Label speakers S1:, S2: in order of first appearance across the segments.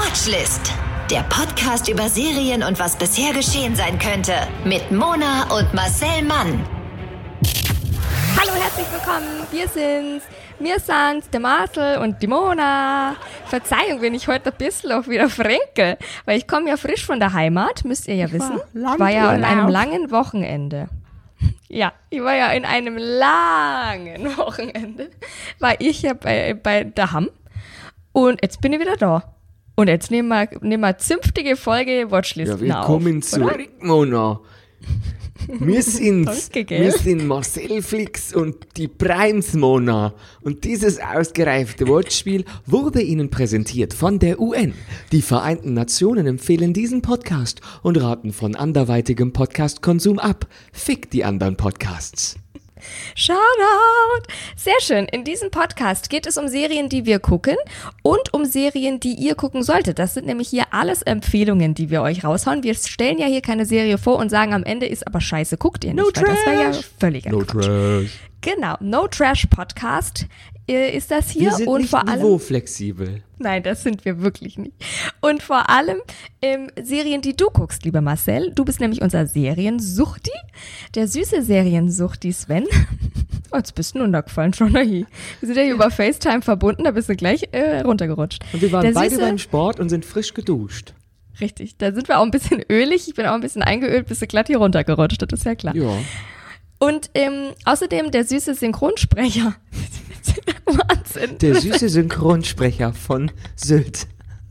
S1: Watchlist. Der Podcast über Serien und was bisher geschehen sein könnte. Mit Mona und Marcel Mann.
S2: Hallo, herzlich willkommen. Wir sind's. Wir sind's, der Marcel und die Mona. Verzeihung, wenn ich heute ein bisschen auch wieder fränke, weil ich komme ja frisch von der Heimat, müsst ihr ja wissen. Ich war ja an einem langen Wochenende. Ja, ich war ja in einem langen Wochenende, war ich ja bei daheim und jetzt bin ich wieder da. Und jetzt nehmen wir eine zünftige Folge Watchlist auf.
S3: Ja, willkommen zurück, Mona. Wir sind Marcel Flix und die Primes, Mona. Und dieses ausgereifte Wortspiel wurde Ihnen präsentiert von der UN. Die Vereinten Nationen empfehlen diesen Podcast und raten von anderweitigem Podcast-Konsum ab. Fick die anderen Podcasts.
S2: Shoutout! Sehr schön. In diesem Podcast geht es um Serien, die wir gucken und um Serien, die ihr gucken solltet. Das sind nämlich hier alles Empfehlungen, die wir euch raushauen. Wir stellen ja hier keine Serie vor und sagen, am Ende ist aber scheiße, guckt ihr nicht.
S3: No Trash!
S2: Das wäre ja völliger
S3: No
S2: Quatsch.
S3: Trash.
S2: Genau, No Trash Podcast ist das hier.
S3: Wir sind
S2: und
S3: nicht
S2: vor allem
S3: niveauflexibel.
S2: Nein, das sind wir wirklich nicht. Und vor allem Serien, die du guckst, lieber Marcel. Du bist nämlich unser Seriensuchti, der süße Seriensuchti Sven. Oh, jetzt bist du runtergefallen schon. Wir sind ja hier über FaceTime verbunden, da bist du gleich runtergerutscht.
S3: Und wir waren
S2: der
S3: beide
S2: Süße,
S3: beim Sport und sind frisch geduscht.
S2: Richtig, da sind wir auch ein bisschen ölig. Ich bin auch ein bisschen eingeölt, bist du glatt hier runtergerutscht, das ist ja klar.
S3: Ja.
S2: Und außerdem der süße Synchronsprecher. Wahnsinn.
S3: Der süße Synchronsprecher von Sylt.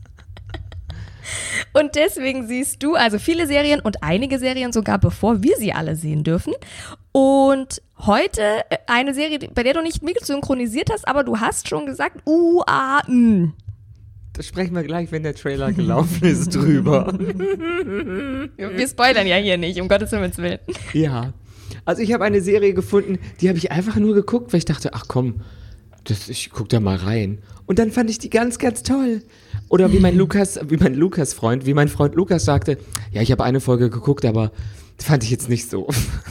S2: Und deswegen siehst du also viele Serien und einige Serien sogar, bevor wir sie alle sehen dürfen. Und heute eine Serie, bei der du nicht mit synchronisiert hast, aber du hast schon gesagt,
S3: Das sprechen wir gleich, wenn der Trailer gelaufen ist, drüber.
S2: Wir spoilern ja hier nicht, um Gottes Willen.
S3: Ja. Also ich habe eine Serie gefunden, die habe ich einfach nur geguckt, weil ich dachte, ach komm, ich guck da mal rein. Und dann fand ich die ganz, ganz toll. Oder wie mein Freund Lukas sagte, ja, ich habe eine Folge geguckt, aber fand ich jetzt nicht so.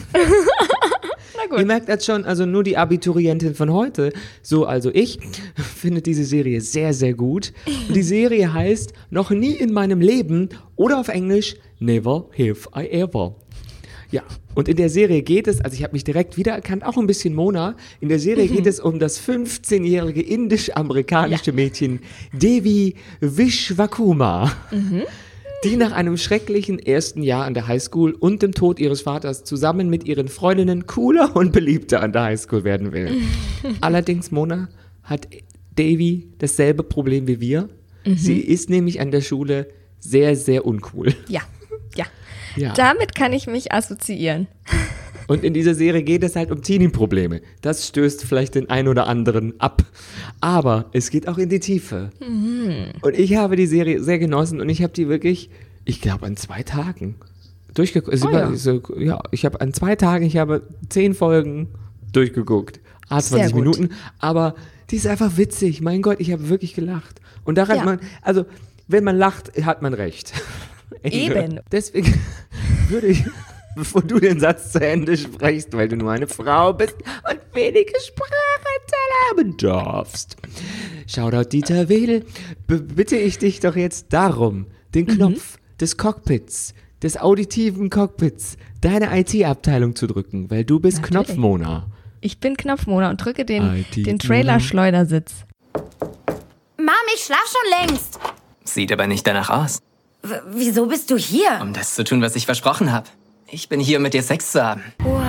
S2: Na gut.
S3: Ihr merkt das schon, also nur die Abiturientin von heute, so also ich, findet diese Serie sehr, sehr gut. Und die Serie heißt Noch nie in meinem Leben oder auf Englisch Never Have I Ever. Ja, und in der Serie geht es, also ich habe mich direkt wiedererkannt, auch ein bisschen Mona, in der Serie geht es um das 15-jährige indisch-amerikanische Mädchen Devi Vishwakumar, die nach einem schrecklichen ersten Jahr an der Highschool und dem Tod ihres Vaters zusammen mit ihren Freundinnen cooler und beliebter an der Highschool werden will. Allerdings, Mona, hat Devi dasselbe Problem wie wir. Sie ist nämlich an der Schule sehr, sehr uncool.
S2: Ja.
S3: Ja.
S2: Damit kann ich mich assoziieren.
S3: Und in dieser Serie geht es halt um Teenie-Probleme. Das stößt vielleicht den einen oder anderen ab. Aber es geht auch in die Tiefe. Und ich habe die Serie sehr genossen und ich habe die wirklich, ich glaube, an 2 Tagen durchgeguckt. Ich habe an 2 Tagen, 10 Folgen durchgeguckt. 20 Minuten. Aber die ist einfach witzig. Mein Gott, ich habe wirklich gelacht. Und daran wenn man lacht, hat man recht.
S2: Eben.
S3: Deswegen würde ich, bevor du den Satz zu Ende sprichst, weil du nur eine Frau bist und wenige Sprachanteile haben darfst. Shoutout Dieter Wedel, bitte ich dich doch jetzt darum, den Knopf des Cockpits, des auditiven Cockpits, deine IT-Abteilung zu drücken, weil du bist
S2: Natürlich.
S3: Knopfmona.
S2: Ich bin Knopfmona und drücke den Trailer-Schleudersitz.
S4: Mom, ich schlaf schon längst.
S5: Sieht aber nicht danach aus.
S4: Wieso bist du hier?
S5: Um das zu tun, was ich versprochen habe. Ich bin hier, um mit dir Sex zu haben.
S4: Wow.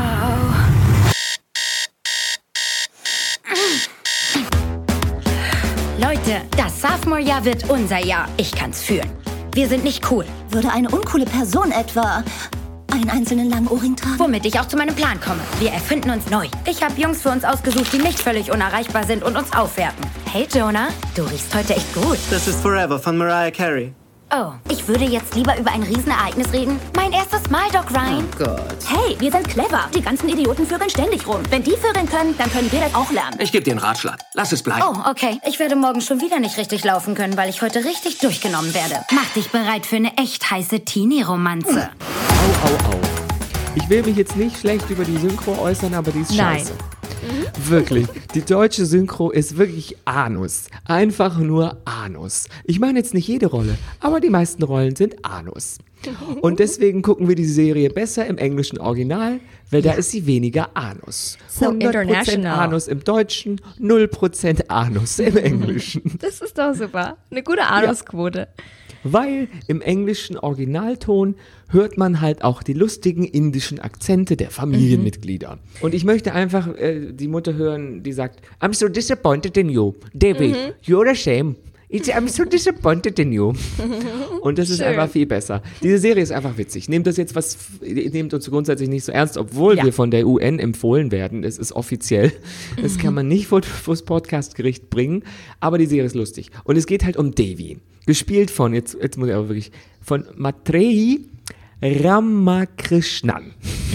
S4: Leute, das Sophomore-Jahr wird unser Jahr. Ich kann's fühlen. Wir sind nicht cool.
S6: Würde eine uncoole Person etwa einen einzelnen langen Ohrring tragen?
S4: Womit ich auch zu meinem Plan komme. Wir erfinden uns neu. Ich habe Jungs für uns ausgesucht, die nicht völlig unerreichbar sind und uns aufwerten. Hey Jonah, du riechst heute echt gut.
S7: Das ist Forever von Mariah Carey.
S4: Oh, ich würde jetzt lieber über ein Riesenereignis reden. Mein erstes Mal, Doc Ryan.
S7: Oh Gott.
S6: Hey, wir sind clever. Die ganzen Idioten vögeln ständig rum. Wenn die vögeln können, dann können wir das auch lernen.
S7: Ich gebe dir einen Ratschlag. Lass es bleiben.
S4: Oh, okay. Ich werde morgen schon wieder nicht richtig laufen können, weil ich heute richtig durchgenommen werde. Mach dich bereit für eine echt heiße Teenie-Romanze.
S3: Au. Ich will mich jetzt nicht schlecht über die Synchro äußern, aber die ist scheiße. Wirklich. Die deutsche Synchro ist wirklich Anus. Einfach nur Anus. Ich meine jetzt nicht jede Rolle, aber die meisten Rollen sind Anus. Und deswegen gucken wir die Serie besser im englischen Original, weil da ist sie weniger Anus.
S2: So
S3: 100%
S2: international.
S3: Anus im Deutschen, 0% Anus im Englischen.
S2: Das ist doch super. Eine gute Anusquote.
S3: Weil im englischen Originalton hört man halt auch die lustigen indischen Akzente der Familienmitglieder. Und ich möchte einfach die Mutter hören, die sagt, I'm so disappointed in you. David, you're a shame. I'm so disappointed in you. Und das ist
S2: Schön.
S3: einfach viel besser. Diese Serie ist einfach witzig. Nehmt uns grundsätzlich nicht so ernst, obwohl wir von der UN empfohlen werden. Es ist offiziell. Das kann man nicht vors Podcastgericht bringen. Aber die Serie ist lustig. Und es geht halt um Devi. Gespielt von, jetzt muss ich aber wirklich, von Maitreyi Ramakrishnan.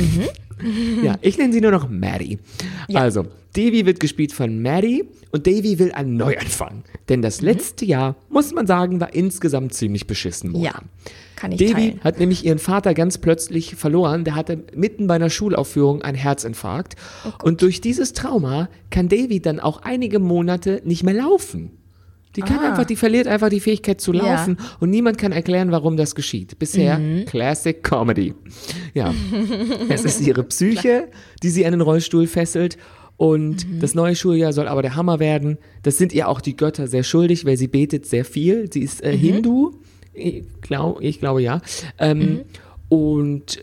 S3: Ja, ich nenne sie nur noch Maddie. Ja. Also, Devi wird gespielt von Maddie und Devi will einen Neuanfang. Denn das letzte Jahr, muss man sagen, war insgesamt ziemlich beschissen. Mona.
S2: Ja, kann ich
S3: Devi
S2: teilen.
S3: hat nämlich ihren Vater ganz plötzlich verloren. Der hatte mitten bei einer Schulaufführung einen Herzinfarkt. Und durch dieses Trauma kann Devi dann auch einige Monate nicht mehr laufen. Die verliert einfach die Fähigkeit zu laufen und niemand kann erklären, warum das geschieht. Bisher Classic Comedy. Ja, es ist ihre Psyche, die sie an den Rollstuhl fesselt und das neue Schuljahr soll aber der Hammer werden. Das sind ihr auch die Götter sehr schuldig, weil sie betet sehr viel. Sie ist Hindu, ich glaube ja. Und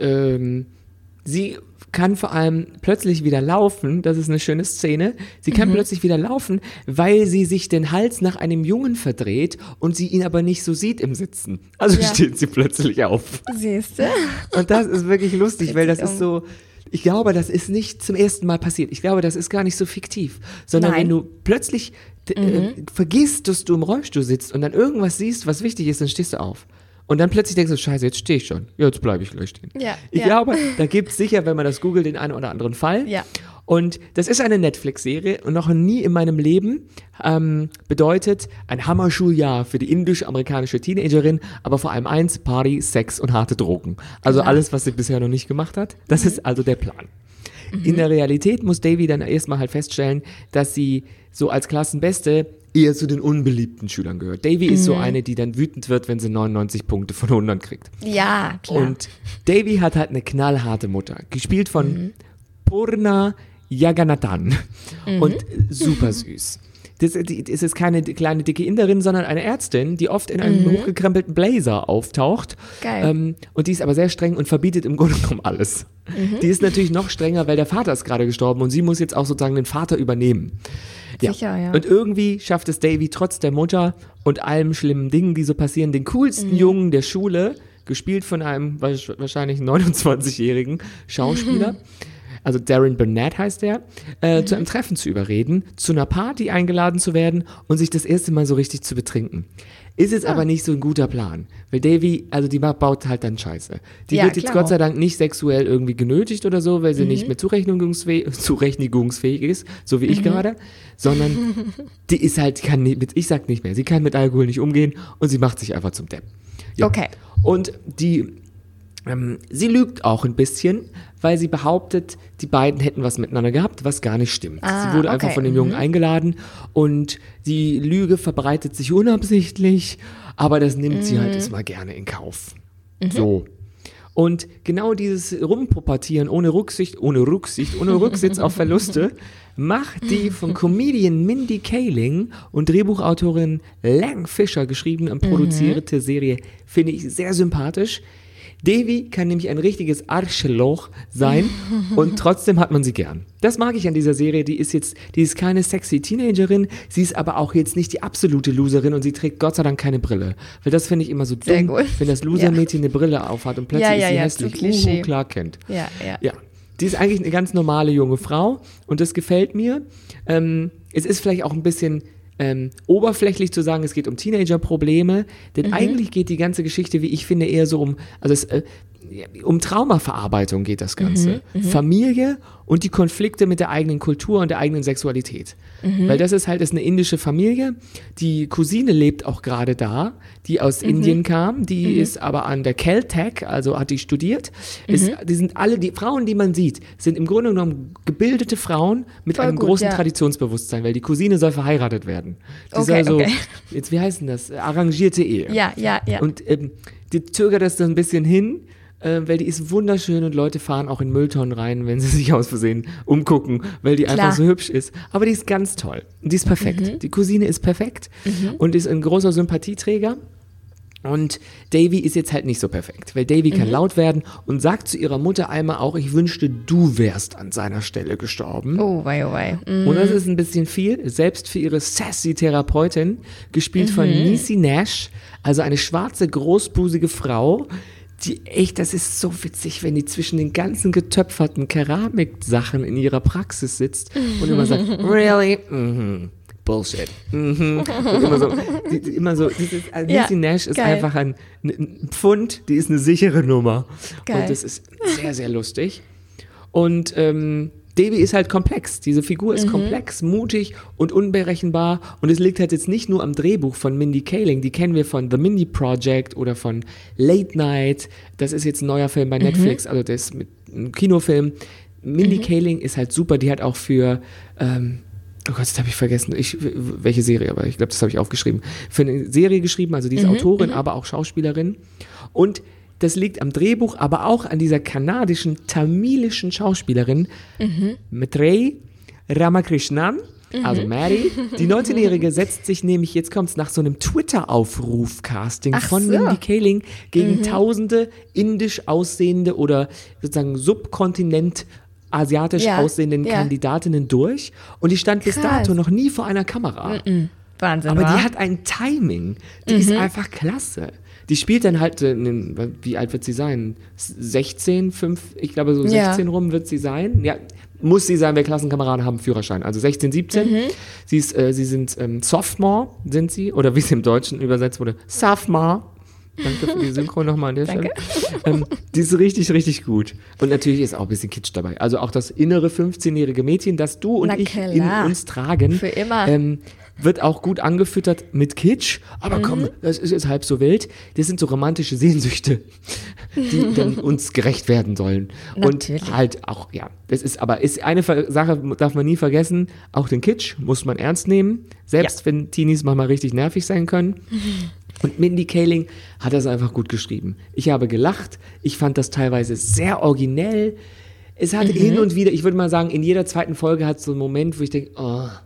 S3: sie kann vor allem plötzlich wieder laufen, das ist eine schöne Szene, sie kann plötzlich wieder laufen, weil sie sich den Hals nach einem Jungen verdreht und sie ihn aber nicht so sieht im Sitzen. Also steht sie plötzlich auf.
S2: Siehst du?
S3: Und das ist wirklich lustig, weil das ist so, ich glaube, das ist nicht zum ersten Mal passiert. Ich glaube, das ist gar nicht so fiktiv, sondern wenn du plötzlich vergisst, dass du im Rollstuhl sitzt und dann irgendwas siehst, was wichtig ist, dann stehst du auf. Und dann plötzlich denkst du, scheiße, jetzt stehe ich schon. Ja, jetzt bleibe ich gleich stehen.
S2: Ja,
S3: ich glaube, da gibt es sicher, wenn man das googelt, den einen oder anderen Fall.
S2: Ja.
S3: Und das ist eine Netflix-Serie und noch nie in meinem Leben bedeutet ein Hammerschuljahr für die indisch-amerikanische Teenagerin, aber vor allem eins, Party, Sex und harte Drogen. Also alles, was sie bisher noch nicht gemacht hat. Das ist also der Plan. In der Realität muss Devi dann erstmal halt feststellen, dass sie so als Klassenbeste eher zu den unbeliebten Schülern gehört. Devi ist so eine, die dann wütend wird, wenn sie 99 Punkte von 100 kriegt.
S2: Ja, klar.
S3: Und Devi hat halt eine knallharte Mutter, gespielt von Purna Jagannathan und super süß. Das ist keine kleine, dicke Inderin, sondern eine Ärztin, die oft in einem hochgekrempelten Blazer auftaucht.
S2: Geil.
S3: Und die ist aber sehr streng und verbietet im Grunde genommen alles. Die ist natürlich noch strenger, weil der Vater ist gerade gestorben und sie muss jetzt auch sozusagen den Vater übernehmen.
S2: Sicher, ja.
S3: Und irgendwie schafft es Devi trotz der Mutter und allem schlimmen Dingen, die so passieren, den coolsten Jungen der Schule, gespielt von einem wahrscheinlich 29-jährigen Schauspieler, also Darren Burnett heißt er, zu einem Treffen zu überreden, zu einer Party eingeladen zu werden und sich das erste Mal so richtig zu betrinken. Ist jetzt aber nicht so ein guter Plan, weil Devi, also die baut halt dann Scheiße. Die wird jetzt Gott sei Dank nicht sexuell irgendwie genötigt oder so, weil sie nicht mehr zurechnungsfähig ist, so wie ich gerade, sondern die ist halt, ich sag nicht mehr, sie kann mit Alkohol nicht umgehen und sie macht sich einfach zum Depp. Ja.
S2: Okay.
S3: Und sie lügt auch ein bisschen, weil sie behauptet, die beiden hätten was miteinander gehabt, was gar nicht stimmt. Sie wurde einfach von dem Jungen eingeladen und die Lüge verbreitet sich unabsichtlich, aber das nimmt sie halt jetzt mal gerne in Kauf. So. Und genau dieses Rumpubertieren ohne Rücksitz auf Verluste macht die von Comedian Mindy Kaling und Drehbuchautorin Lang Fisher geschriebene und produzierte Serie, finde ich sehr sympathisch. Devi kann nämlich ein richtiges Arschloch sein und trotzdem hat man sie gern. Das mag ich an dieser Serie, die ist keine sexy Teenagerin, sie ist aber auch jetzt nicht die absolute Loserin und sie trägt Gott sei Dank keine Brille. Weil das finde ich immer so dumm, wenn das Loser-Mädchen eine Brille aufhat und plötzlich ist sie hässlich. Klar kennt.
S2: Ja.
S3: Die ist eigentlich eine ganz normale junge Frau und das gefällt mir. Es ist vielleicht auch ein bisschen oberflächlich zu sagen, es geht um Teenager-Probleme, denn eigentlich geht die ganze Geschichte, wie ich finde, eher so um, also um Traumaverarbeitung geht das Ganze. Familie und die Konflikte mit der eigenen Kultur und der eigenen Sexualität. Weil das ist eine indische Familie. Die Cousine lebt auch gerade da, die aus Indien kam. Die ist aber an der Caltech, also hat die studiert. Die sind alle, die Frauen, die man sieht, sind im Grunde genommen gebildete Frauen mit einem großen Traditionsbewusstsein, weil die Cousine soll verheiratet werden. Die soll so, jetzt wie heißt denn das? Arrangierte Ehe.
S2: Ja.
S3: Und die zögert das so ein bisschen hin, weil die ist wunderschön und Leute fahren auch in Mülltonnen rein, wenn sie sich aus Versehen umgucken, weil die einfach so hübsch ist. Aber die ist ganz toll. Die ist perfekt. Die Cousine ist perfekt und ist ein großer Sympathieträger. Und Davy ist jetzt halt nicht so perfekt, weil Davy kann laut werden und sagt zu ihrer Mutter einmal auch, ich wünschte, du wärst an seiner Stelle gestorben.
S2: Oh wei.
S3: Und das ist ein bisschen viel, selbst für ihre sassy Therapeutin, gespielt von Niecy Nash, also eine schwarze, großbusige Frau, die echt, das ist so witzig, wenn die zwischen den ganzen getöpferten Keramiksachen in ihrer Praxis sitzt und immer sagt, really? Bullshit. Und immer so, Niecy Nash ist einfach ein Pfund, die ist eine sichere Nummer. Und das ist sehr, sehr lustig. Und Davy ist halt komplex. Diese Figur ist komplex, mutig und unberechenbar. Und es liegt halt jetzt nicht nur am Drehbuch von Mindy Kaling. Die kennen wir von The Mindy Project oder von Late Night. Das ist jetzt ein neuer Film bei Netflix, also das ist mit einem Kinofilm. Mindy Kaling ist halt super. Die hat auch für, oh Gott, jetzt habe ich vergessen, welche Serie, aber ich glaube, das habe ich aufgeschrieben. Für eine Serie geschrieben, also die ist Autorin, aber auch Schauspielerin. Und das liegt am Drehbuch, aber auch an dieser kanadischen, tamilischen Schauspielerin Maitreyi Ramakrishnan, also Mary. Die 19-Jährige setzt sich nämlich, jetzt kommt's, nach so einem Twitter-Aufruf-Casting von Mindy Kaling gegen tausende indisch aussehende oder sozusagen Subkontinent asiatisch aussehenden Kandidatinnen durch. Und die stand bis dato noch nie vor einer Kamera.
S2: Wahnsinn,
S3: aber die hat ein Timing. Die ist einfach klasse. Die spielt dann halt, wie alt wird sie sein? 16, 5, ich glaube so 16 rum wird sie sein. Ja, muss sie sein, wir Klassenkameraden haben Führerschein. Also 16, 17. Sie sind Sophomore, sind sie, oder wie es im Deutschen übersetzt wurde, Sophomore. Danke für die Synchro nochmal an der Stelle. Die ist richtig, richtig gut. Und natürlich ist auch ein bisschen Kitsch dabei. Also auch das innere 15-jährige Mädchen, das du und ich in uns tragen.
S2: Für immer.
S3: Wird auch gut angefüttert mit Kitsch, aber komm, das ist jetzt halb so wild. Das sind so romantische Sehnsüchte, die dann uns gerecht werden sollen.
S2: Natürlich.
S3: Und halt auch, ist eine Sache, darf man nie vergessen, auch den Kitsch muss man ernst nehmen, selbst wenn Teenies manchmal richtig nervig sein können. Und Mindy Kaling hat das einfach gut geschrieben. Ich habe gelacht, ich fand das teilweise sehr originell. Es hat hin und wieder, ich würde mal sagen, in jeder zweiten Folge hat es so einen Moment, wo ich denke,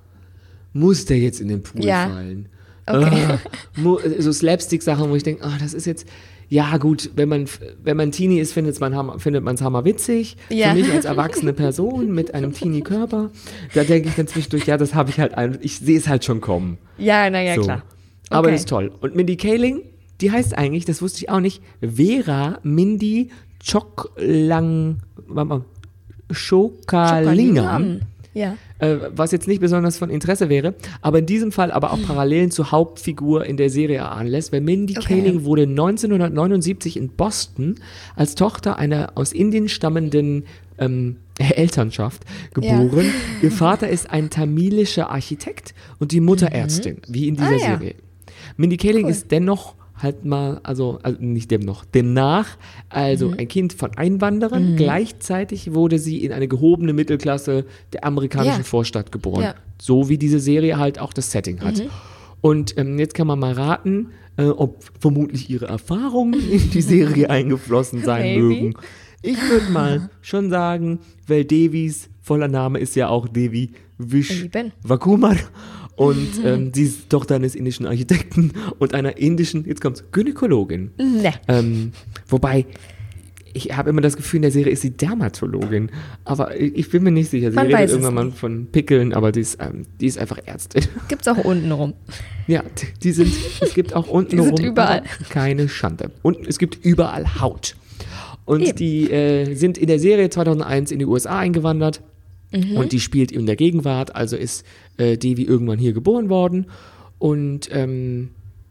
S3: muss der jetzt in den Pool fallen?
S2: Okay.
S3: So Slapstick-Sachen, wo ich denke, das ist jetzt, ja gut, wenn man Teenie ist, findet man es hammerwitzig. Für mich als erwachsene Person mit einem Teenie-Körper, da denke ich dann zwischendurch, das habe ich halt, ich sehe es halt schon kommen.
S2: Ja, naja, so. Klar. Okay.
S3: Aber das ist toll. Und Mindy Kaling, die heißt eigentlich, das wusste ich auch nicht, Vera Mindy Chokalingam.
S2: Ja.
S3: Was jetzt nicht besonders von Interesse wäre, aber in diesem Fall aber auch Parallelen zur Hauptfigur in der Serie erahnen lässt, weil Mindy Kaling wurde 1979 in Boston als Tochter einer aus Indien stammenden Elternschaft geboren. Ja. Ihr Vater ist ein tamilischer Architekt und die Mutter Ärztin, wie in dieser Serie. Mindy Kaling ist dennoch demnach ein Kind von Einwanderern. Gleichzeitig wurde sie in eine gehobene Mittelklasse der amerikanischen Vorstadt geboren. Ja. So wie diese Serie halt auch das Setting hat. Und jetzt kann man mal raten, ob vermutlich ihre Erfahrungen in die Serie eingeflossen sein mögen. Ich würde mal schon sagen, weil Davys voller Name ist ja auch Devi Vishwakumar. Und sie ist Tochter eines indischen Architekten und einer indischen, jetzt kommt's, Gynäkologin. Wobei, ich habe immer das Gefühl, in der Serie ist sie Dermatologin. Aber ich bin mir nicht sicher. Sie redet irgendwann mal von Pickeln, aber die ist einfach Ärztin.
S2: Gibt's auch untenrum.
S3: Ja, es gibt auch untenrum.
S2: Die sind überall.
S3: Keine Schande. Und es gibt überall Haut. Und die sind in der Serie 2001 in die USA eingewandert. Und die spielt in der Gegenwart, also ist Davy irgendwann hier geboren worden und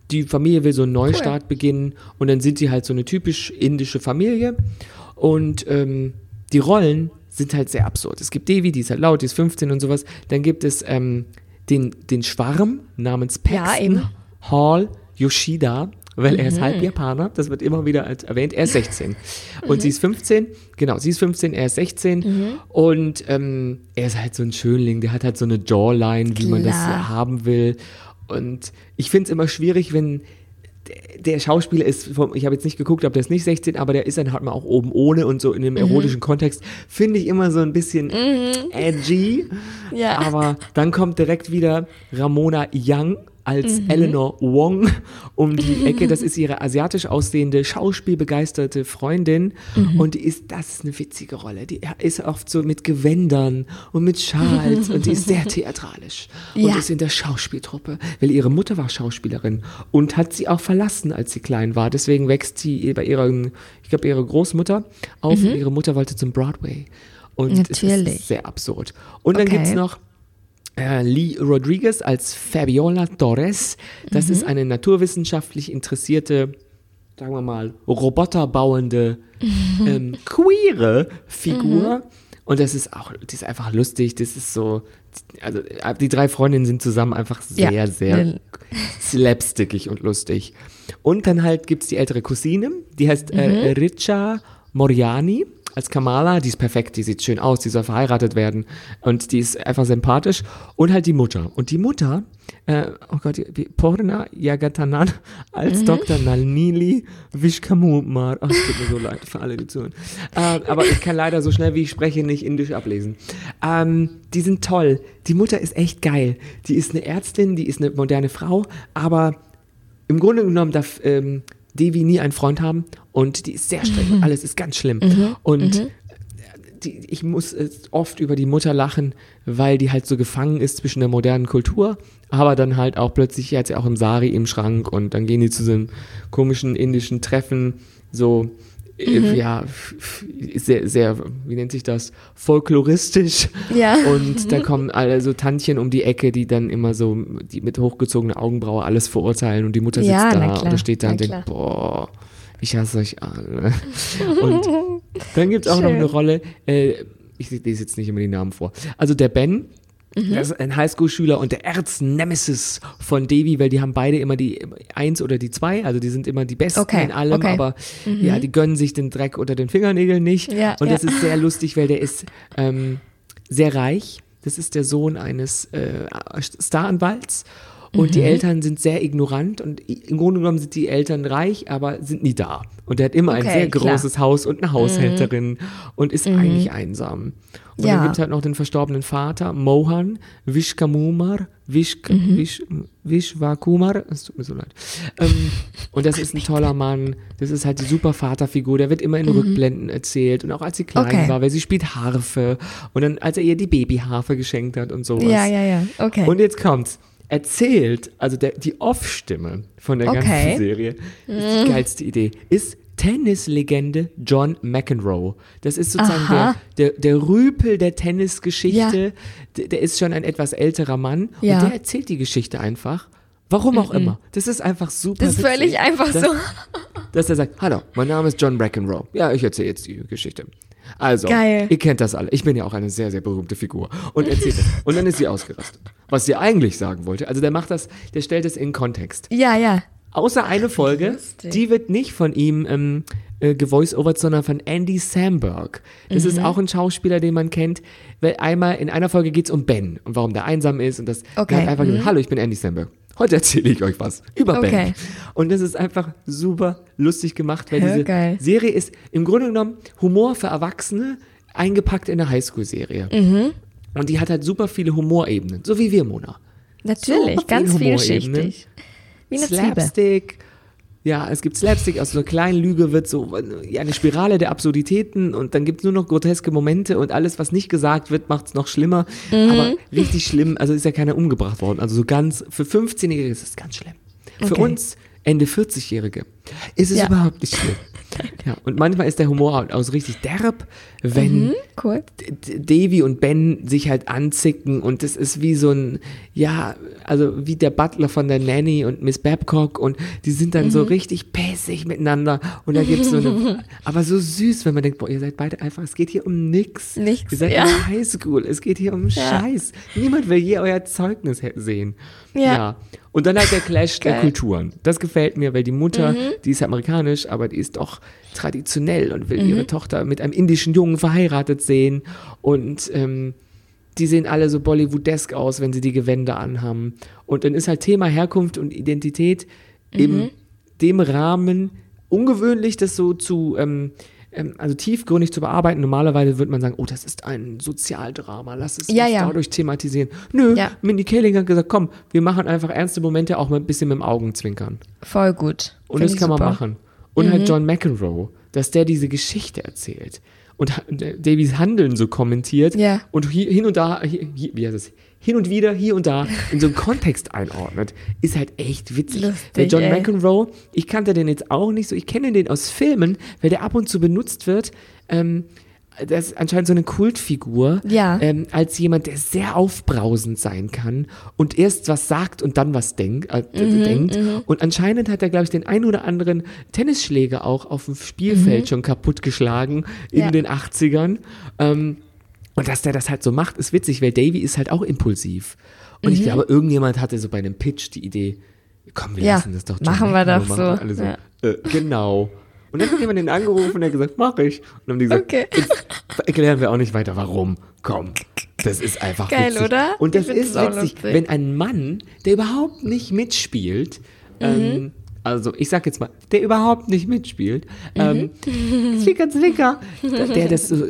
S3: die Familie will so einen Neustart beginnen und dann sind sie halt so eine typisch indische Familie und die Rollen sind halt sehr absurd. Es gibt Devi, die ist halt laut, die ist 15 und sowas. Dann gibt es den Schwarm namens Paxton Hall Yoshida, weil er ist halb Japaner, das wird immer wieder erwähnt, er ist 16 und sie ist 15, genau, sie ist 15, er ist 16 und er ist halt so ein Schönling, der hat halt so eine Jawline, wie man das haben will und ich finde es immer schwierig, wenn der Schauspieler ist, ich habe jetzt nicht geguckt, ob der ist nicht 16, aber der ist dann halt mal auch oben ohne und so in dem erotischen Kontext, finde ich immer so ein bisschen edgy, aber dann kommt direkt wieder Ramona Young als Eleanor Wong um die Ecke. Das ist ihre asiatisch aussehende, schauspielbegeisterte Freundin und das ist eine witzige Rolle. Die ist oft so mit Gewändern und mit Schals und die ist sehr theatralisch und ist in der Schauspieltruppe, weil ihre Mutter war Schauspielerin und hat sie auch verlassen, als sie klein war. Deswegen wächst sie bei ihrer Großmutter auf und ihre Mutter wollte zum Broadway. Und es ist sehr absurd. Und dann gibt es noch Lee Rodriguez als Fabiola Torres. Das ist eine naturwissenschaftlich interessierte, sagen wir mal, roboterbauende, queere Figur. Und die ist einfach lustig. Das ist so, also die 3 Freundinnen sind zusammen einfach sehr, sehr slapstickig und lustig. Und dann halt gibt es die ältere Cousine, die heißt Richa Moriani. Als Kamala, die ist perfekt, die sieht schön aus, die soll verheiratet werden und die ist einfach sympathisch und halt die Mutter. Und die Mutter, Porna Yagatanan als Dr. Nalini Vishkamumar. Ach, es tut mir so leid für alle, die zuhören. Aber ich kann leider so schnell, wie ich spreche, nicht Indisch ablesen. Die sind toll. Die Mutter ist echt geil. Die ist eine Ärztin, die ist eine moderne Frau, aber im Grunde genommen darf Devi nie einen Freund haben und die ist sehr streng, alles ist ganz schlimm und ich muss oft über die Mutter lachen, weil die halt so gefangen ist zwischen der modernen Kultur, aber dann halt auch plötzlich hat sie auch im Sari im Schrank und dann gehen die zu so einem komischen indischen Treffen, so sehr, sehr, wie nennt sich das, folkloristisch. Ja. Und da kommen alle so Tantchen um die Ecke, die dann immer so, die mit hochgezogener Augenbraue alles verurteilen und die Mutter sitzt da und steht da und denkt, boah, ich hasse euch alle. Und dann gibt es auch noch eine Rolle, ich lese jetzt nicht immer die Namen vor, also der Ben, das ist ein Highschool-Schüler und der Erznemesis von Devi, weil die haben beide immer die 1 oder die 2, also die sind immer die Besten in allem, aber die gönnen sich den Dreck unter den Fingernägeln nicht. Ja, und das ist sehr lustig, weil der ist sehr reich. Das ist der Sohn eines Staranwalts und die Eltern sind sehr ignorant und im Grunde genommen sind die Eltern reich, aber sind nie da. Und der hat immer ein sehr großes Haus und eine Haushälterin und ist eigentlich einsam. Und dann gibt es halt noch den verstorbenen Vater, Mohan Vishkamumar, Vishwakumar, es tut mir so leid. Und das ist ein toller Mann, das ist halt die super Vaterfigur, der wird immer in Rückblenden erzählt und auch als sie klein war, weil sie spielt Harfe und dann, als er ihr die Babyharfe geschenkt hat und sowas. Okay. Und jetzt kommt's. Erzählt, also die Off-Stimme von der ganzen Serie, ist die geilste Idee, ist Tennislegende John McEnroe. Das ist sozusagen der Rüpel der Tennisgeschichte. Der ist schon ein etwas älterer Mann und der erzählt die Geschichte einfach. Warum auch immer. Das ist einfach super
S2: Das ist
S3: witzig,
S2: völlig einfach so.
S3: Dass er sagt, hallo, mein Name ist John McEnroe. Ja, ich erzähle jetzt die Geschichte. Also, ihr kennt das alle. Ich bin ja auch eine sehr, sehr berühmte Figur. Und erzählt das. Und dann ist sie ausgerastet. Was sie eigentlich sagen wollte. Also der stellt es in Kontext.
S2: Ja.
S3: Außer eine Folge, die wird nicht von ihm gevoice-overt, sondern von Andy Samberg. Das ist auch ein Schauspieler, den man kennt, weil in einer Folge geht es um Ben und warum der einsam ist. Und der hat einfach gesagt, hallo, ich bin Andy Samberg. Heute erzähle ich euch was über Ben. Und das ist einfach super lustig gemacht, weil diese Serie ist im Grunde genommen Humor für Erwachsene eingepackt in eine Highschool-Serie. Und die hat halt super viele Humorebenen, so wie wir, Mona.
S2: Natürlich, ganz vielschichtig. Wie eine
S3: Slapstick. Ja, es gibt Slapstick, aus so einer kleinen Lüge wird so eine Spirale der Absurditäten und dann gibt es nur noch groteske Momente und alles, was nicht gesagt wird, macht es noch schlimmer. Aber richtig schlimm, also ist ja keiner umgebracht worden. Also so ganz, für 15-Jährige ist es ganz schlimm. Für uns, Ende 40-Jährige, ist es überhaupt nicht schlimm. Ja, und manchmal ist der Humor auch so richtig derb, wenn
S2: Cool.
S3: Davy und Ben sich halt anzicken und das ist wie so ein, ja, also wie der Butler von der Nanny und Miss Babcock und die sind dann so richtig pässig miteinander und da gibt's so eine, aber so süß, wenn man denkt, boah, ihr seid beide einfach, es geht hier um nix.
S2: Nichts,
S3: Ihr seid
S2: ja.
S3: in der Highschool, es geht hier um Scheiß. Niemand will je euer Zeugnis sehen.
S2: Ja.
S3: Und dann halt der Clash der
S2: Geil.
S3: Kulturen. Das gefällt mir, weil die Mutter, die ist amerikanisch, aber die ist doch traditionell und will ihre Tochter mit einem indischen Jungen verheiratet sehen. Und die sehen alle so Bollywood-esk aus, wenn sie die Gewänder anhaben. Und dann ist halt Thema Herkunft und Identität in dem Rahmen ungewöhnlich, das so zu also tiefgründig zu bearbeiten. Normalerweise würde man sagen, oh, das ist ein Sozialdrama, lass es uns dadurch thematisieren. Nö,
S2: Ja.
S3: Mindy Kaling hat gesagt, komm, wir machen einfach ernste Momente auch mal ein bisschen mit dem Augenzwinkern.
S2: Voll gut.
S3: Und
S2: Find
S3: das
S2: ich
S3: kann man
S2: super.
S3: machen. Und halt John McEnroe, dass der diese Geschichte erzählt und Davys Handeln so kommentiert
S2: Ja.
S3: und hin und da, wie heißt es? Hin und wieder, hier und da in so einen Kontext einordnet, ist halt echt witzig.
S2: Lustig,
S3: Der John
S2: ey.
S3: McEnroe, ich kannte den jetzt auch nicht so, ich kenne den aus Filmen, weil der ab und zu benutzt wird, das ist anscheinend so eine Kultfigur,
S2: Ja.
S3: als jemand, der sehr aufbrausend sein kann und erst was sagt und dann was denkt. Und anscheinend hat er, glaube ich, den ein oder anderen Tennisschläger auch auf dem Spielfeld schon kaputtgeschlagen in
S2: Ja.
S3: den 80ern. Und dass der das halt so macht, ist witzig, weil Davy ist halt auch impulsiv. Und ich glaube, irgendjemand hatte so bei einem Pitch die Idee, komm, wir
S2: Ja,
S3: lassen das doch John
S2: machen wir
S3: McEnroe
S2: doch
S3: machen.
S2: so.
S3: Und alle so,
S2: Ja.
S3: genau. Und dann hat jemand den angerufen und der hat gesagt, mach ich. Und dann haben die gesagt,
S2: Okay.
S3: jetzt erklären wir auch nicht weiter, warum. Komm, das ist einfach
S2: Geil,
S3: witzig.
S2: oder?
S3: Und das
S2: Ich find
S3: ist
S2: das auch
S3: witzig,
S2: lustig.
S3: wenn ein Mann, der überhaupt nicht mitspielt, also ich sag jetzt mal, der überhaupt nicht mitspielt, Zwicker, Zwicker, der das so,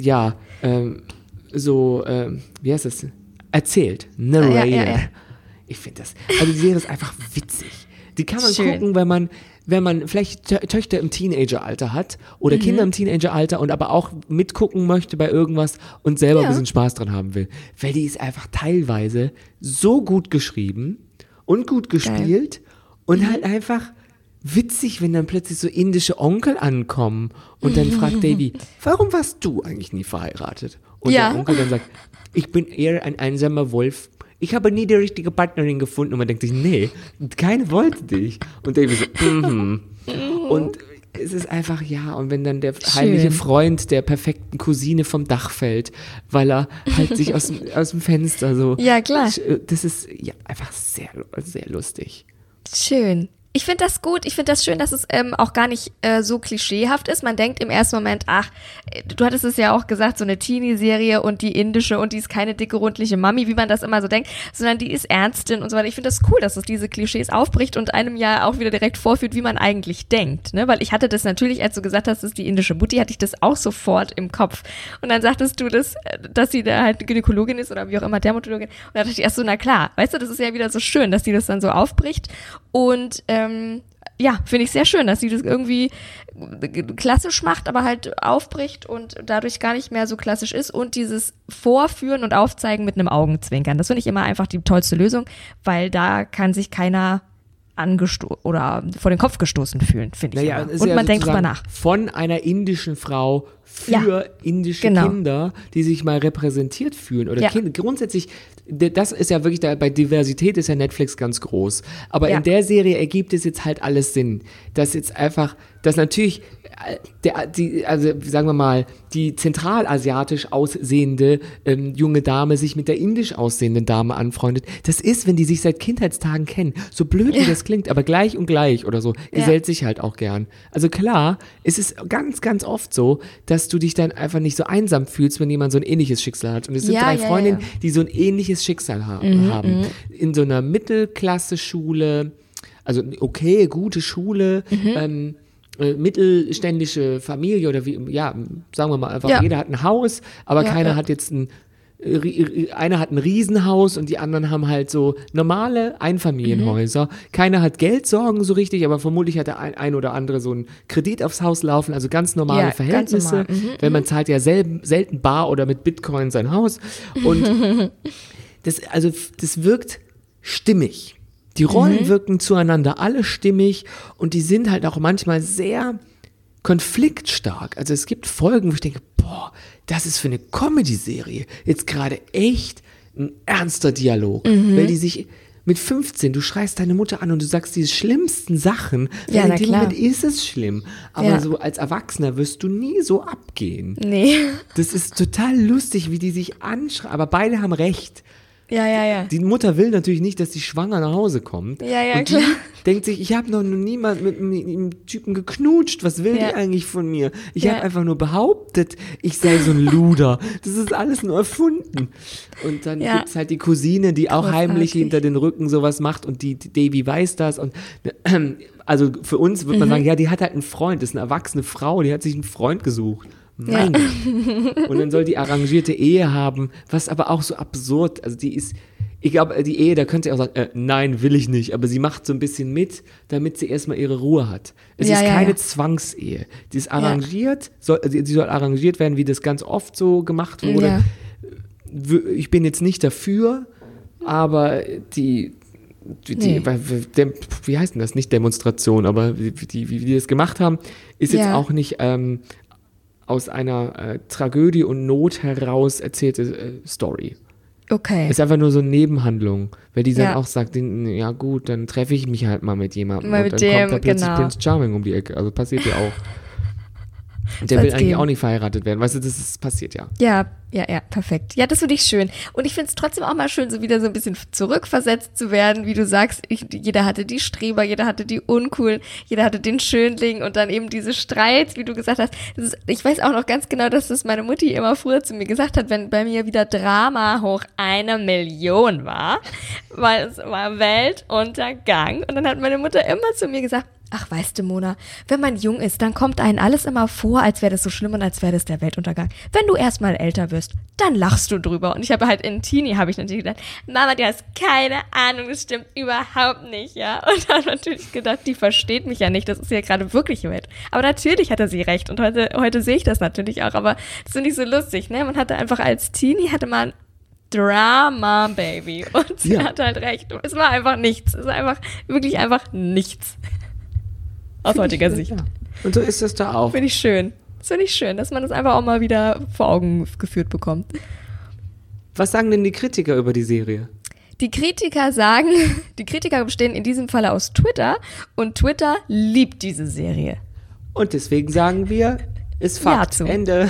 S3: wie heißt das, erzählt, narrator.
S2: Ja.
S3: Ich finde das, also die Serie ist einfach witzig. Die kann man
S2: Schön.
S3: gucken, wenn man vielleicht Töchter im Teenageralter hat oder Kinder im Teenageralter und aber auch mitgucken möchte bei irgendwas und selber ein bisschen Spaß dran haben will. Weil die ist einfach teilweise so gut geschrieben und gut gespielt und halt einfach witzig, wenn dann plötzlich so indische Onkel ankommen und dann fragt Davy, warum warst du eigentlich nie verheiratet? Und
S2: Ja.
S3: der Onkel dann sagt, ich bin eher ein einsamer Wolf. Ich habe nie die richtige Partnerin gefunden. Und man denkt sich, nee, keine wollte dich. Und Davy so, Und es ist einfach, ja, und wenn dann der heimliche Freund der perfekten Cousine vom Dach fällt, weil er halt sich aus dem Fenster so.
S2: Ja, klar.
S3: Das ist ja einfach sehr, sehr lustig.
S2: Schön. Ich finde das gut. Ich finde das schön, dass es auch gar nicht so klischeehaft ist. Man denkt im ersten Moment, ach, du hattest es ja auch gesagt, so eine Teenie-Serie und die indische und die ist keine dicke, rundliche Mami, wie man das immer so denkt, sondern die ist Ärztin und so weiter. Ich finde das cool, dass es diese Klischees aufbricht und einem ja auch wieder direkt vorführt, wie man eigentlich denkt. Ne? Weil ich hatte das natürlich, als du gesagt hast, das ist die indische Mutti, hatte ich das auch sofort im Kopf. Und dann sagtest du das, dass sie da halt Gynäkologin ist oder wie auch immer, Dermatologin. Und dann dachte ich erst so, na klar, weißt du, das ist ja wieder so schön, dass die das dann so aufbricht. Und ja, finde ich sehr schön, dass sie das irgendwie klassisch macht, aber halt aufbricht und dadurch gar nicht mehr so klassisch ist und dieses Vorführen und Aufzeigen mit einem Augenzwinkern. Das finde ich immer einfach die tollste Lösung, weil da kann sich keiner oder vor den Kopf gestoßen fühlen, finde ich.
S3: Naja,
S2: immer.
S3: es ist
S2: Und
S3: ja
S2: man denkt drüber
S3: sozusagen
S2: nach.
S3: Von einer indischen Frau für indische
S2: genau.
S3: Kinder, die sich mal repräsentiert fühlen. Oder
S2: Ja.
S3: Kinder. Grundsätzlich, das ist ja wirklich, bei Diversität ist ja Netflix ganz groß. Aber
S2: Ja.
S3: in der Serie ergibt es jetzt halt alles Sinn. Dass jetzt einfach, dass natürlich also sagen wir mal, die zentralasiatisch aussehende junge Dame sich mit der indisch aussehenden Dame anfreundet. Das ist, wenn die sich seit Kindheitstagen kennen. So blöd wie das klingt, aber gleich und gleich oder so, gesellt sich halt auch gern. Also klar, es ist ganz, ganz oft so, dass du dich dann einfach nicht so einsam fühlst, wenn jemand so ein ähnliches Schicksal hat. Und es sind drei Freundinnen, die so ein ähnliches Schicksal haben. In so einer Mittelklasse-Schule, also okay, gute Schule, mittelständische Familie oder wie, ja, sagen wir mal einfach, jeder hat ein Haus, aber keiner hat jetzt einer hat ein Riesenhaus und die anderen haben halt so normale Einfamilienhäuser. Keiner hat Geldsorgen so richtig, aber vermutlich hat der ein oder andere so einen Kredit aufs Haus laufen, also ganz normale Verhältnisse.
S2: Ganz normal.
S3: Weil man zahlt ja selten bar oder mit Bitcoin sein Haus. Und das wirkt stimmig. Die Rollen wirken zueinander alle stimmig und die sind halt auch manchmal sehr konfliktstark. Also es gibt Folgen, wo ich denke, boah, das ist für eine Comedy-Serie jetzt gerade echt ein ernster Dialog, weil die sich mit 15, du schreist deine Mutter an und du sagst die schlimmsten Sachen.
S2: Ja,
S3: in
S2: na
S3: dem
S2: klar.
S3: Moment ist es schlimm. Aber
S2: Ja.
S3: so als Erwachsener wirst du nie so abgehen.
S2: Nee.
S3: Das ist total lustig, wie die sich anschreien. Aber beide haben recht.
S2: Ja.
S3: Die Mutter will natürlich nicht, dass sie schwanger nach Hause kommt.
S2: Ja,
S3: und die
S2: klar.
S3: denkt sich, ich habe noch niemand mit einem Typen geknutscht. Was will
S2: Ja.
S3: die eigentlich von mir? Ich
S2: Ja.
S3: habe einfach nur behauptet, ich sei so ein Luder. Das ist alles nur erfunden. Und dann
S2: Ja.
S3: gibt's halt die Cousine, die auch
S2: Großartig.
S3: heimlich hinter den Rücken sowas macht und die Davy weiß das. Und also für uns würde man sagen, ja, die hat halt einen Freund, das ist eine erwachsene Frau, die hat sich einen Freund gesucht. Mein Gott. Und dann soll die arrangierte Ehe haben, was aber auch so absurd, also die ist, ich glaube, die Ehe, da könnte sie auch sagen, nein, will ich nicht, aber sie macht so ein bisschen mit, damit sie erstmal ihre Ruhe hat. Es
S2: Ja,
S3: ist
S2: ja,
S3: keine
S2: ja.
S3: Zwangsehe. Die ist arrangiert, sie soll arrangiert werden, wie das ganz oft so gemacht wurde.
S2: Ja.
S3: Ich bin jetzt nicht dafür, aber wie heißt denn das? Nicht Demonstration, aber wie die das gemacht haben, ist jetzt
S2: Ja.
S3: auch nicht aus einer Tragödie und Not heraus erzählte Story.
S2: Okay.
S3: Ist einfach nur so eine Nebenhandlung, weil die dann
S2: Ja.
S3: auch sagt, ja gut, dann treffe ich mich halt mal mit jemandem
S2: Mal
S3: und
S2: mit
S3: dann
S2: dem,
S3: kommt da plötzlich
S2: genau.
S3: Prince Charming um die Ecke. Also passiert ja auch. Und der
S2: Soll's
S3: will eigentlich
S2: geben.
S3: auch nicht verheiratet werden. Weißt du, passiert ja.
S2: Ja, perfekt. Ja, das finde ich schön. Und ich finde es trotzdem auch mal schön, so wieder so ein bisschen zurückversetzt zu werden, wie du sagst, jeder hatte die Streber, jeder hatte die Uncoolen, jeder hatte den Schönling und dann eben diese Streits, wie du gesagt hast. Ich weiß auch noch ganz genau, dass das meine Mutti immer früher zu mir gesagt hat, wenn bei mir wieder Drama hoch 1 Million war, weil es war Weltuntergang. Und dann hat meine Mutter immer zu mir gesagt, ach, weißt du, Mona, wenn man jung ist, dann kommt einem alles immer vor, als wäre das so schlimm und als wäre das der Weltuntergang. Wenn du erstmal älter wirst, dann lachst du drüber. Und ich habe halt in Teenie, habe ich natürlich gedacht, Mama, du hast keine Ahnung, das stimmt überhaupt nicht, ja. Und dann natürlich gedacht, die versteht mich ja nicht, das ist ja gerade wirklich Welt. Aber natürlich hatte sie recht und heute sehe ich das natürlich auch, aber das finde ich so lustig, ne? Man hatte einfach als Teenie, hatte man Drama, Baby. Und sie
S3: Ja.
S2: hatte halt recht. Es war einfach nichts. Es war einfach, wirklich einfach nichts. Aus heutiger Sicht.
S3: Ja. Und so ist das da auch.
S2: Finde ich schön. Das finde ich schön, dass man das einfach auch mal wieder vor Augen geführt bekommt.
S3: Was sagen denn die Kritiker über die Serie?
S2: Die Kritiker bestehen in diesem Falle aus Twitter und Twitter liebt diese Serie.
S3: Und deswegen sagen wir, ist
S2: Ja
S3: Fakt.
S2: zu.
S3: Ende.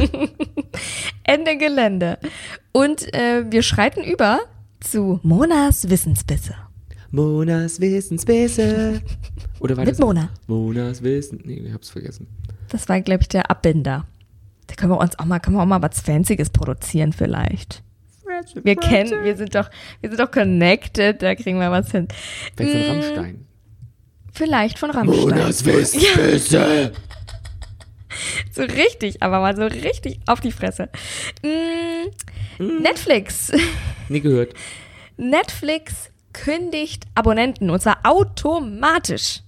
S2: Ende Gelände. Und wir schreiten über zu Monas Wissensbisse.
S3: Monas Wissensbisse. Oder war
S2: Mit
S3: das?
S2: Mona.
S3: Monas Wissen. Nee, ich hab's vergessen.
S2: Das war, glaube ich, der Abbinder. Da können wir auch mal was Fancyes produzieren vielleicht. Wir sind doch connected, da kriegen wir was hin.
S3: Vielleicht von Rammstein.
S2: Vielleicht von Rammstein.
S3: Monas Wissensbisse.
S2: So richtig, aber mal so richtig auf die Fresse. Netflix.
S3: Nie gehört.
S2: Netflix kündigt Abonnenten und zwar automatisch.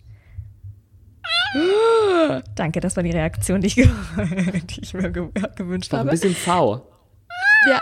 S2: Danke, das war die Reaktion, die ich mir gewünscht
S3: War ein
S2: habe.
S3: bisschen V.
S2: Ja.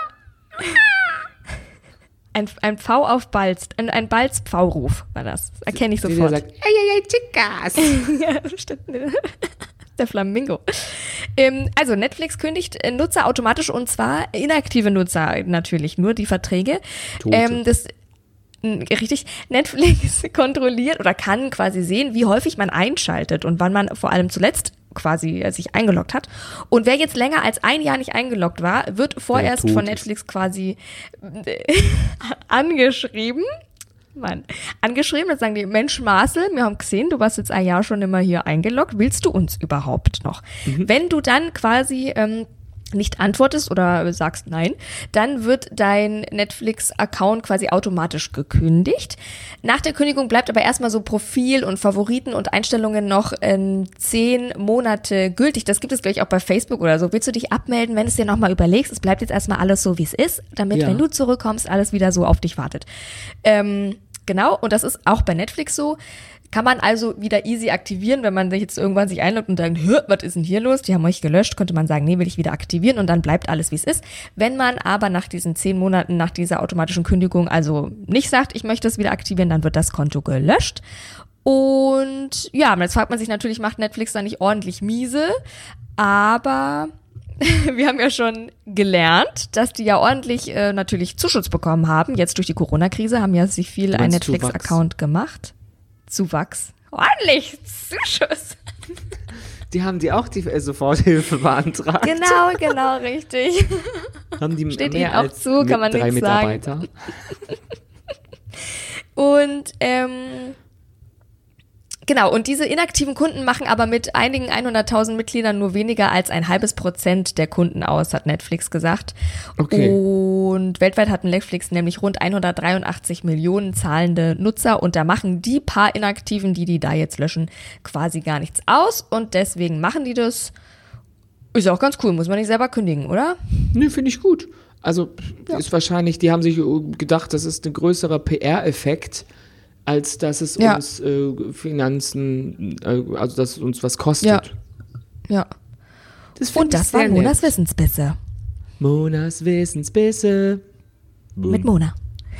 S2: Ein V auf Balz, ein Balz-V-Ruf war das. Das erkenne ich
S3: Der
S2: sofort.
S3: sagt, ey, Chicas.
S2: Ja, stimmt. Der Flamingo. Also Netflix kündigt Nutzer automatisch und zwar inaktive Nutzer natürlich, nur die Verträge.
S3: Tote.
S2: Richtig, Netflix kontrolliert oder kann quasi sehen, wie häufig man einschaltet und wann man vor allem zuletzt quasi sich eingeloggt hat. Und wer jetzt länger als ein Jahr nicht eingeloggt war, wird vorerst
S3: tot
S2: von
S3: ist.
S2: Netflix quasi angeschrieben. Dann sagen die, Mensch Marcel, wir haben gesehen, du warst jetzt ein Jahr schon immer hier eingeloggt, willst du uns überhaupt noch? Wenn du dann quasi nicht antwortest oder sagst nein, dann wird dein Netflix-Account quasi automatisch gekündigt. Nach der Kündigung bleibt aber erstmal so Profil und Favoriten und Einstellungen noch 10 Monate gültig. Das gibt es gleich auch bei Facebook oder so. Willst du dich abmelden, wenn du es dir nochmal überlegst? Es bleibt jetzt erstmal alles so, wie es ist, damit,
S3: Ja.
S2: wenn du zurückkommst, alles wieder so auf dich wartet. Genau, und das ist auch bei Netflix so. Kann man also wieder easy aktivieren, wenn man sich jetzt irgendwann sich einloggt und denkt, was ist denn hier los? Die haben euch gelöscht, könnte man sagen, nee, will ich wieder aktivieren und dann bleibt alles, wie es ist. Wenn man aber nach diesen 10 Monaten, nach dieser automatischen Kündigung also nicht sagt, ich möchte es wieder aktivieren, dann wird das Konto gelöscht. Und ja, jetzt fragt man sich natürlich, macht Netflix da nicht ordentlich miese? Aber wir haben ja schon gelernt, dass die ja ordentlich natürlich Zuschutz bekommen haben. Jetzt durch die Corona-Krise haben ja sich viele ein Netflix-Account gemacht. Zuwachs. Ordentlich Zuschuss.
S3: Die haben die auch die Soforthilfe beantragt.
S2: Genau, richtig.
S3: Haben die
S2: Steht
S3: mehr
S2: ihnen auch
S3: als
S2: zu, kann man
S3: 3
S2: nichts sagen.
S3: Mitarbeiter?
S2: Und genau, und diese inaktiven Kunden machen aber mit einigen 100.000 Mitgliedern nur weniger als 0,5% der Kunden aus, hat Netflix gesagt.
S3: Okay.
S2: Und weltweit hat Netflix nämlich rund 183 Millionen zahlende Nutzer und da machen die paar Inaktiven, die da jetzt löschen, quasi gar nichts aus und deswegen machen die das. Ist auch ganz cool, muss man nicht selber kündigen, oder?
S3: Nee, finde ich gut. Also ist wahrscheinlich, die haben sich gedacht, das ist ein größerer PR-Effekt, als dass es uns Finanzen, also dass es uns was kostet.
S2: Ja.
S3: Und
S2: das war Monas Wissensbisse.
S3: Monas Wissensbisse.
S2: Mit Mona.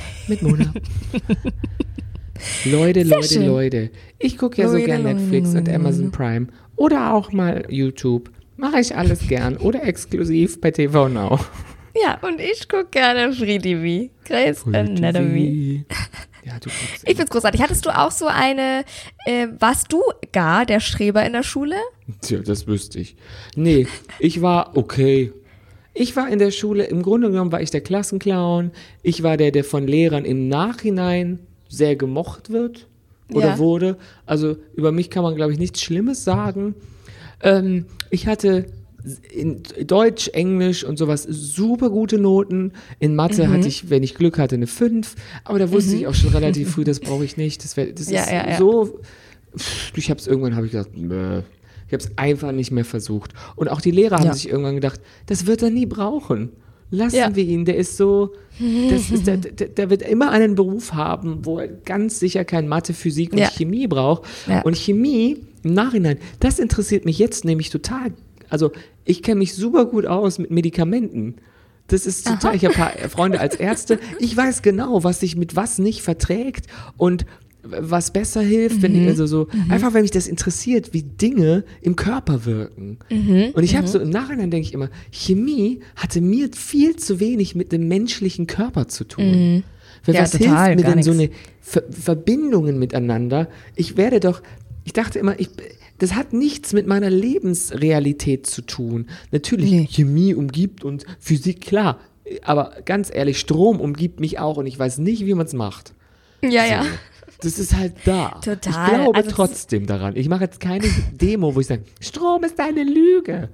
S3: Leute. Ich gucke ja so gern Netflix und Amazon Prime. Oder auch mal YouTube. Mache ich alles gern. Oder exklusiv bei TV Now.
S2: Ja, und ich gucke gerne Free TV. Grey's Anatomy.
S3: Ja, du guckst.
S2: Ich find's großartig. Hattest du auch so eine, warst du gar der Streber in der Schule?
S3: Tja, das wüsste ich. Nee, ich war okay. Ich war in der Schule, im Grunde genommen war ich der Klassenclown. Ich war der von Lehrern im Nachhinein sehr gemocht wird oder wurde. Also über mich kann man, glaube ich, nichts Schlimmes sagen. Ich hatte in Deutsch, Englisch und sowas super gute Noten. In Mathe hatte ich, wenn ich Glück hatte, eine 5. Aber da wusste ich auch schon relativ früh, das brauche ich nicht. Das ist so. Ich habe es irgendwann, habe ich gedacht, ich habe es einfach nicht mehr versucht. Und auch die Lehrer haben sich irgendwann gedacht, das wird er nie brauchen. Lassen wir ihn, der ist so, der wird immer einen Beruf haben, wo er ganz sicher kein Mathe, Physik und Chemie braucht. Ja. Und Chemie im Nachhinein, das interessiert mich jetzt nämlich total. Also ich kenne mich super gut aus mit Medikamenten. Das ist total, ich habe ein paar Freunde als Ärzte. Ich weiß genau, was sich mit was nicht verträgt und was besser hilft, wenn einfach wenn mich das interessiert, wie Dinge im Körper wirken. Und ich habe so im Nachhinein denke ich immer, Chemie hatte mir viel zu wenig mit dem menschlichen Körper zu tun. Was hilft mir denn so eine Verbindungen miteinander? Ich dachte immer, das hat nichts mit meiner Lebensrealität zu tun. Natürlich, Chemie umgibt und Physik, klar. Aber ganz ehrlich, Strom umgibt mich auch und ich weiß nicht, wie man es macht.
S2: Ja.
S3: Das ist halt da.
S2: Total.
S3: Ich glaube trotzdem daran. Ich mache jetzt keine Demo, wo ich sage, Strom ist eine Lüge.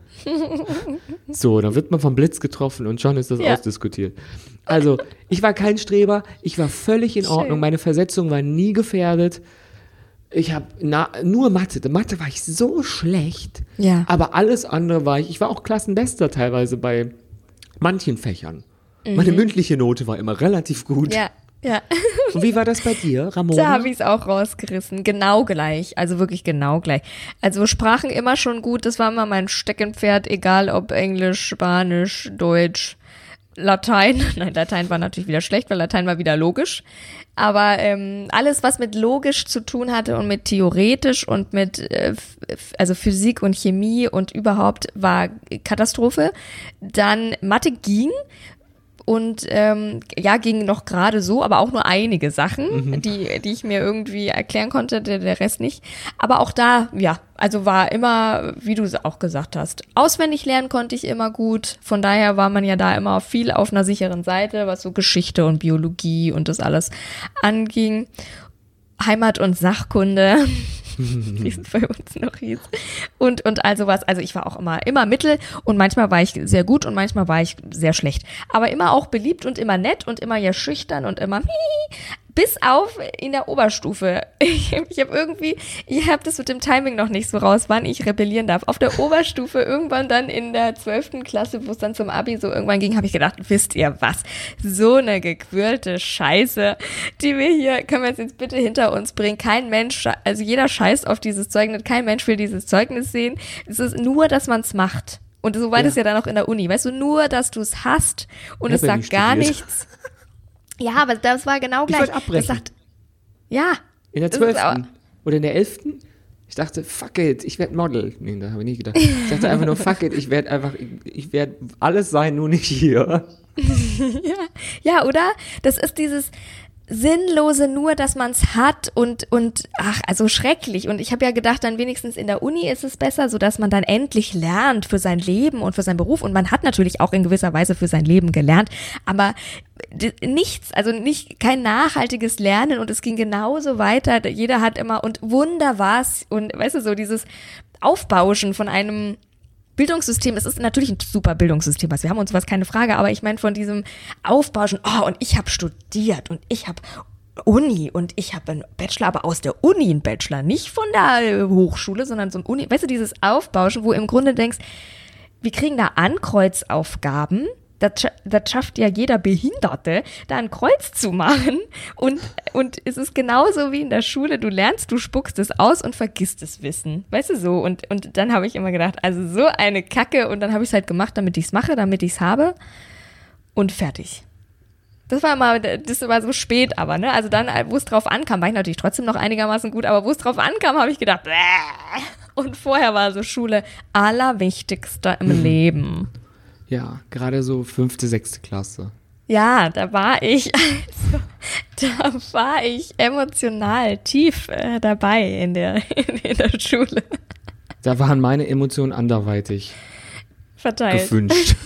S3: So, dann wird man vom Blitz getroffen und schon ist das ausdiskutiert. Also, ich war kein Streber. Ich war völlig in Ordnung. Meine Versetzung war nie gefährdet. Ich habe nur Mathe. Mathe war ich so schlecht. Ja. Aber alles andere ich war auch Klassenbester teilweise bei manchen Fächern. Meine mündliche Note war immer relativ gut.
S2: Ja.
S3: Und wie war das bei dir, Ramona?
S2: Da habe ich es auch rausgerissen. Genau gleich. Also wirklich genau gleich. Also Sprachen immer schon gut. Das war immer mein Steckenpferd, egal ob Englisch, Spanisch, Deutsch, Latein. Nein, Latein war natürlich wieder schlecht, weil Latein war wieder logisch. Aber alles, was mit logisch zu tun hatte und mit theoretisch und mit also Physik und Chemie und überhaupt war Katastrophe. Dann Mathe ging. Und ging noch gerade so, aber auch nur einige Sachen, die ich mir irgendwie erklären konnte, der Rest nicht. Aber auch da, also war immer, wie du es auch gesagt hast, auswendig lernen konnte ich immer gut. Von daher war man ja da immer viel auf einer sicheren Seite, was so Geschichte und Biologie und das alles anging. Heimat- und Sachkunde, wie es bei uns noch hieß. Und all sowas. Also ich war auch immer mittel und manchmal war ich sehr gut und manchmal war ich sehr schlecht. Aber immer auch beliebt und immer nett und immer schüchtern und immer bis auf in der Oberstufe. Ich habe das mit dem Timing noch nicht so raus, wann ich rebellieren darf. Auf der Oberstufe, irgendwann dann in der 12. Klasse, wo es dann zum Abi so irgendwann ging, habe ich gedacht, wisst ihr was? So eine gequirlte Scheiße, die wir hier, können wir jetzt bitte hinter uns bringen. Kein Mensch, also jeder scheißt auf dieses Zeugnis, kein Mensch will dieses Zeugnis sehen. Es ist nur, dass man es macht. Und so war das ja dann auch in der Uni. Weißt du, nur, dass du es hast und es sagt gar nichts. Ja, aber das war genau gleich.
S3: Ich wollte abbrechen.
S2: Das sagt, ja.
S3: In der 12. oder in der 11. Ich dachte, fuck it, ich werde Model. Nee, da habe ich nie gedacht. Ich dachte einfach nur, fuck it, ich werde alles sein, nur nicht hier.
S2: Ja, oder? Das ist dieses Sinnlose nur, dass man es hat und also schrecklich. Und ich habe ja gedacht, dann wenigstens in der Uni ist es besser, sodass man dann endlich lernt für sein Leben und für seinen Beruf. Und man hat natürlich auch in gewisser Weise für sein Leben gelernt, aber nichts, also kein nachhaltiges Lernen und es ging genauso weiter. Jeder hat immer und Wunder war's und weißt du, so dieses Aufbauschen von einem Bildungssystem, es ist natürlich ein super Bildungssystem, wir haben uns was, keine Frage, aber ich meine von diesem Aufbauschen, und ich habe studiert und ich habe Uni und ich habe einen Bachelor, aber aus der Uni einen Bachelor, nicht von der Hochschule, sondern so ein Uni, weißt du, dieses Aufbauschen, wo im Grunde denkst, wir kriegen da Ankreuzaufgaben, das schafft ja jeder Behinderte, da ein Kreuz zu machen und es ist genauso wie in der Schule, du lernst, du spuckst es aus und vergisst das Wissen, weißt du so und dann habe ich immer gedacht, also so eine Kacke und dann habe ich es halt gemacht, damit ich es mache, damit ich es habe und fertig. Das war so spät aber, ne, also dann, wo es drauf ankam, war ich natürlich trotzdem noch einigermaßen gut, aber wo es drauf ankam, habe ich gedacht, und vorher war so Schule allerwichtigste im Leben.
S3: Ja, gerade so 5., 6. Klasse.
S2: Ja, da war ich emotional tief dabei in der Schule.
S3: Da waren meine Emotionen anderweitig
S2: verteilt.
S3: Gewünscht.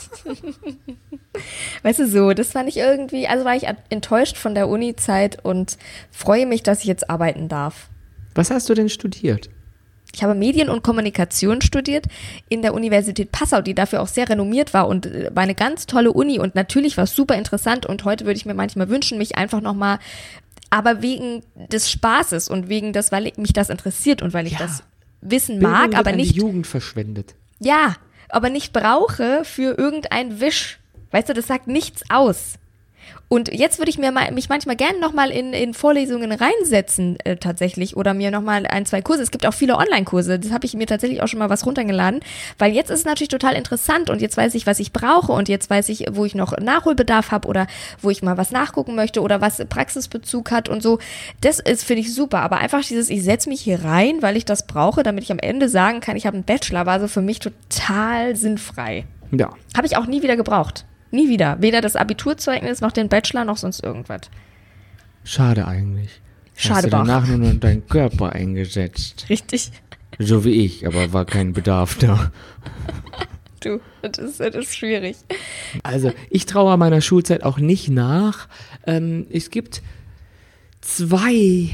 S2: Weißt du so, das fand ich irgendwie, also war ich enttäuscht von der Uni-Zeit und freue mich, dass ich jetzt arbeiten darf.
S3: Was hast du denn studiert?
S2: Ich habe Medien und Kommunikation studiert in der Universität Passau, die dafür auch sehr renommiert war und war eine ganz tolle Uni und natürlich war es super interessant und heute würde ich mir manchmal wünschen, mich einfach nochmal, aber wegen des Spaßes und wegen des, weil mich das interessiert und weil ich das Wissen mag, aber nicht
S3: die Jugend verschwendet.
S2: Ja, aber nicht brauche für irgendein Wisch. Weißt du, das sagt nichts aus. Und jetzt würde ich mich manchmal gerne nochmal in Vorlesungen reinsetzen tatsächlich oder mir nochmal 1, 2 Kurse. Es gibt auch viele Online-Kurse, das habe ich mir tatsächlich auch schon mal was runtergeladen, weil jetzt ist es natürlich total interessant und jetzt weiß ich, was ich brauche und jetzt weiß ich, wo ich noch Nachholbedarf habe oder wo ich mal was nachgucken möchte oder was Praxisbezug hat und so. Das ist, finde ich, super, aber einfach dieses, ich setze mich hier rein, weil ich das brauche, damit ich am Ende sagen kann, ich habe einen Bachelor, war so für mich total sinnfrei.
S3: Ja.
S2: Habe ich auch nie wieder gebraucht. Nie wieder. Weder das Abiturzeugnis noch den Bachelor noch sonst irgendwas.
S3: Schade eigentlich.
S2: Schade
S3: Hast du
S2: doch.
S3: danach nur deinen Körper eingesetzt.
S2: Richtig.
S3: So wie ich, aber war kein Bedarf da.
S2: Du, das ist schwierig.
S3: Also, ich traue meiner Schulzeit auch nicht nach. Es gibt zwei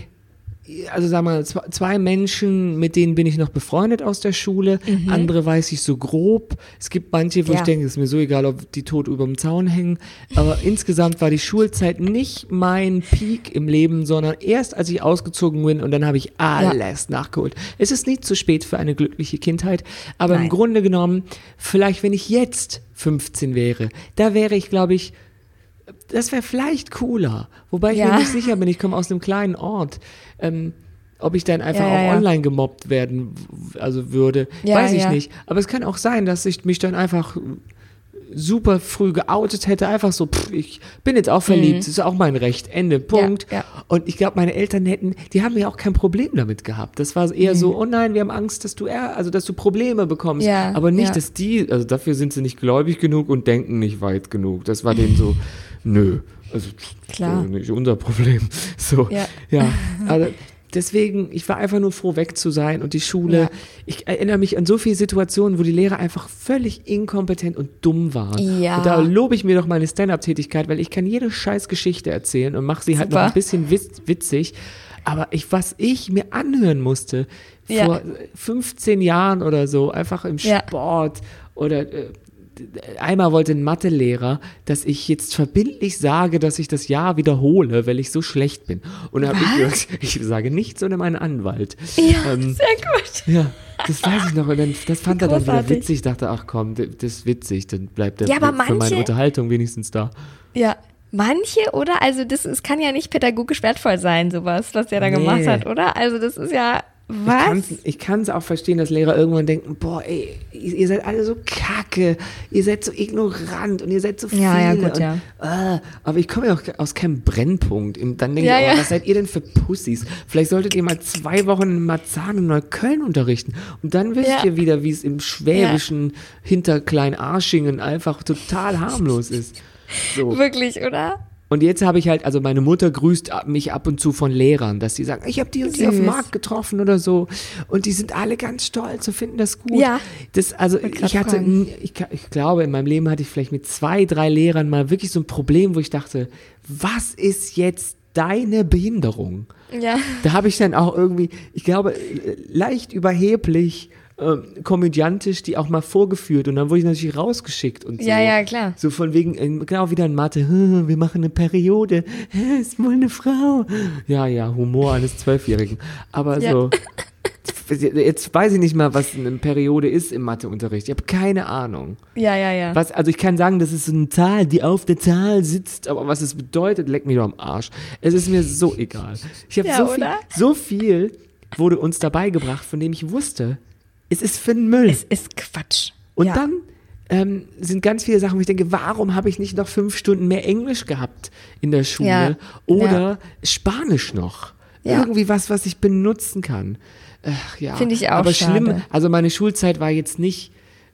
S3: Menschen, mit denen bin ich noch befreundet aus der Schule. Andere weiß ich so grob. Es gibt manche, wo ich denke, es ist mir so egal, ob die tot über dem Zaun hängen. Aber insgesamt war die Schulzeit nicht mein Peak im Leben, sondern erst als ich ausgezogen bin und dann habe ich alles nachgeholt. Es ist nicht zu spät für eine glückliche Kindheit, aber im Grunde genommen, vielleicht wenn ich jetzt 15 wäre, da wäre ich, glaube ich, das wäre vielleicht cooler, wobei ich mir nicht sicher bin, ich komme aus einem kleinen Ort, ob ich dann einfach auch online gemobbt werden würde, weiß ich nicht. Aber es kann auch sein, dass ich mich dann einfach super früh geoutet hätte, einfach so, ich bin jetzt auch verliebt, das ist auch mein Recht, Ende, Punkt. Ja. Und ich glaube, meine Eltern die haben ja auch kein Problem damit gehabt. Das war eher so, oh nein, wir haben Angst, dass du Probleme bekommst. Ja, aber nicht, dass also dafür sind sie nicht gläubig genug und denken nicht weit genug. Das war denen so, nö, also klar. Nicht unser Problem. So, also deswegen, ich war einfach nur froh, weg zu sein und die Schule, ich erinnere mich an so viele Situationen, wo die Lehrer einfach völlig inkompetent und dumm waren. Ja. Und da lobe ich mir doch meine Stand-Up-Tätigkeit, weil ich kann jede scheiß Geschichte erzählen und mache sie halt noch ein bisschen witzig. Aber was ich mir anhören musste, vor 15 Jahren oder so, einfach im Sport oder einmal wollte ein Mathelehrer, dass ich jetzt verbindlich sage, dass ich das Jahr wiederhole, weil ich so schlecht bin. Und dann habe ich gesagt, ich sage nichts ohne meinen Anwalt.
S2: Ja, sehr gut.
S3: Ja, das weiß ich noch. Und dann, das fand er dann wieder witzig. Ich dachte, ach komm, das ist witzig, dann bleibt er für meine Unterhaltung wenigstens da.
S2: Ja, manche, oder? Also es kann ja nicht pädagogisch wertvoll sein, sowas, was der da gemacht hat, oder? Also das ist ja Was?
S3: Ich kann es auch verstehen, dass Lehrer irgendwann denken, boah, ey, ihr seid alle so kacke, ihr seid so ignorant und ihr seid so viele.
S2: Ja, gut,
S3: und,
S2: ja.
S3: Aber ich komme ja auch aus keinem Brennpunkt. Und dann denke
S2: Ja,
S3: ich,
S2: ja.
S3: was seid ihr denn für Pussys? Vielleicht solltet ihr mal 2 Wochen in Marzahn und Neukölln unterrichten. Und dann wisst
S2: Ja.
S3: ihr wieder, wie es im schwäbischen Hinterklein-Arschingen einfach total harmlos ist. So.
S2: Wirklich, oder?
S3: Und jetzt habe ich halt, also meine Mutter grüßt mich ab und zu von Lehrern, dass sie sagen, ich habe die und die auf dem
S2: Süß.
S3: Markt getroffen oder so. Und die sind alle ganz stolz und finden das gut.
S2: Ja.
S3: Also
S2: wollte grad
S3: ich hatte,
S2: fragen.
S3: ich glaube, in meinem Leben hatte ich vielleicht mit 2, 3 Lehrern mal wirklich so ein Problem, wo ich dachte, was ist jetzt deine Behinderung?
S2: Ja.
S3: Da habe ich dann auch irgendwie, ich glaube, leicht überheblich, komödiantisch die auch mal vorgeführt und dann wurde ich natürlich rausgeschickt und so.
S2: Ja, ja, klar.
S3: So von wegen, genau wieder in Mathe, wir machen eine Periode, ist wohl eine Frau. Ja, Humor eines 12-Jährigen. Aber
S2: Ja.
S3: so, jetzt weiß ich nicht mal, was eine Periode ist im Matheunterricht. Ich habe keine Ahnung.
S2: Ja.
S3: Also ich kann sagen, das ist so eine Zahl, die auf der Zahl sitzt, aber was es bedeutet, leckt mich doch am Arsch. Es ist mir so egal. Ich habe
S2: Ja,
S3: so viel wurde uns dabei gebracht, von dem ich wusste, es ist für den Müll.
S2: Es ist Quatsch.
S3: Und
S2: ja.
S3: dann sind ganz viele Sachen, wo ich denke, warum habe ich nicht noch 5 Stunden mehr Englisch gehabt in der Schule?
S2: Ja.
S3: Oder Spanisch noch.
S2: Ja.
S3: Irgendwie was ich benutzen kann. Ach, ja.
S2: Finde ich auch
S3: Aber
S2: schade.
S3: schlimm, also meine Schulzeit war jetzt nicht,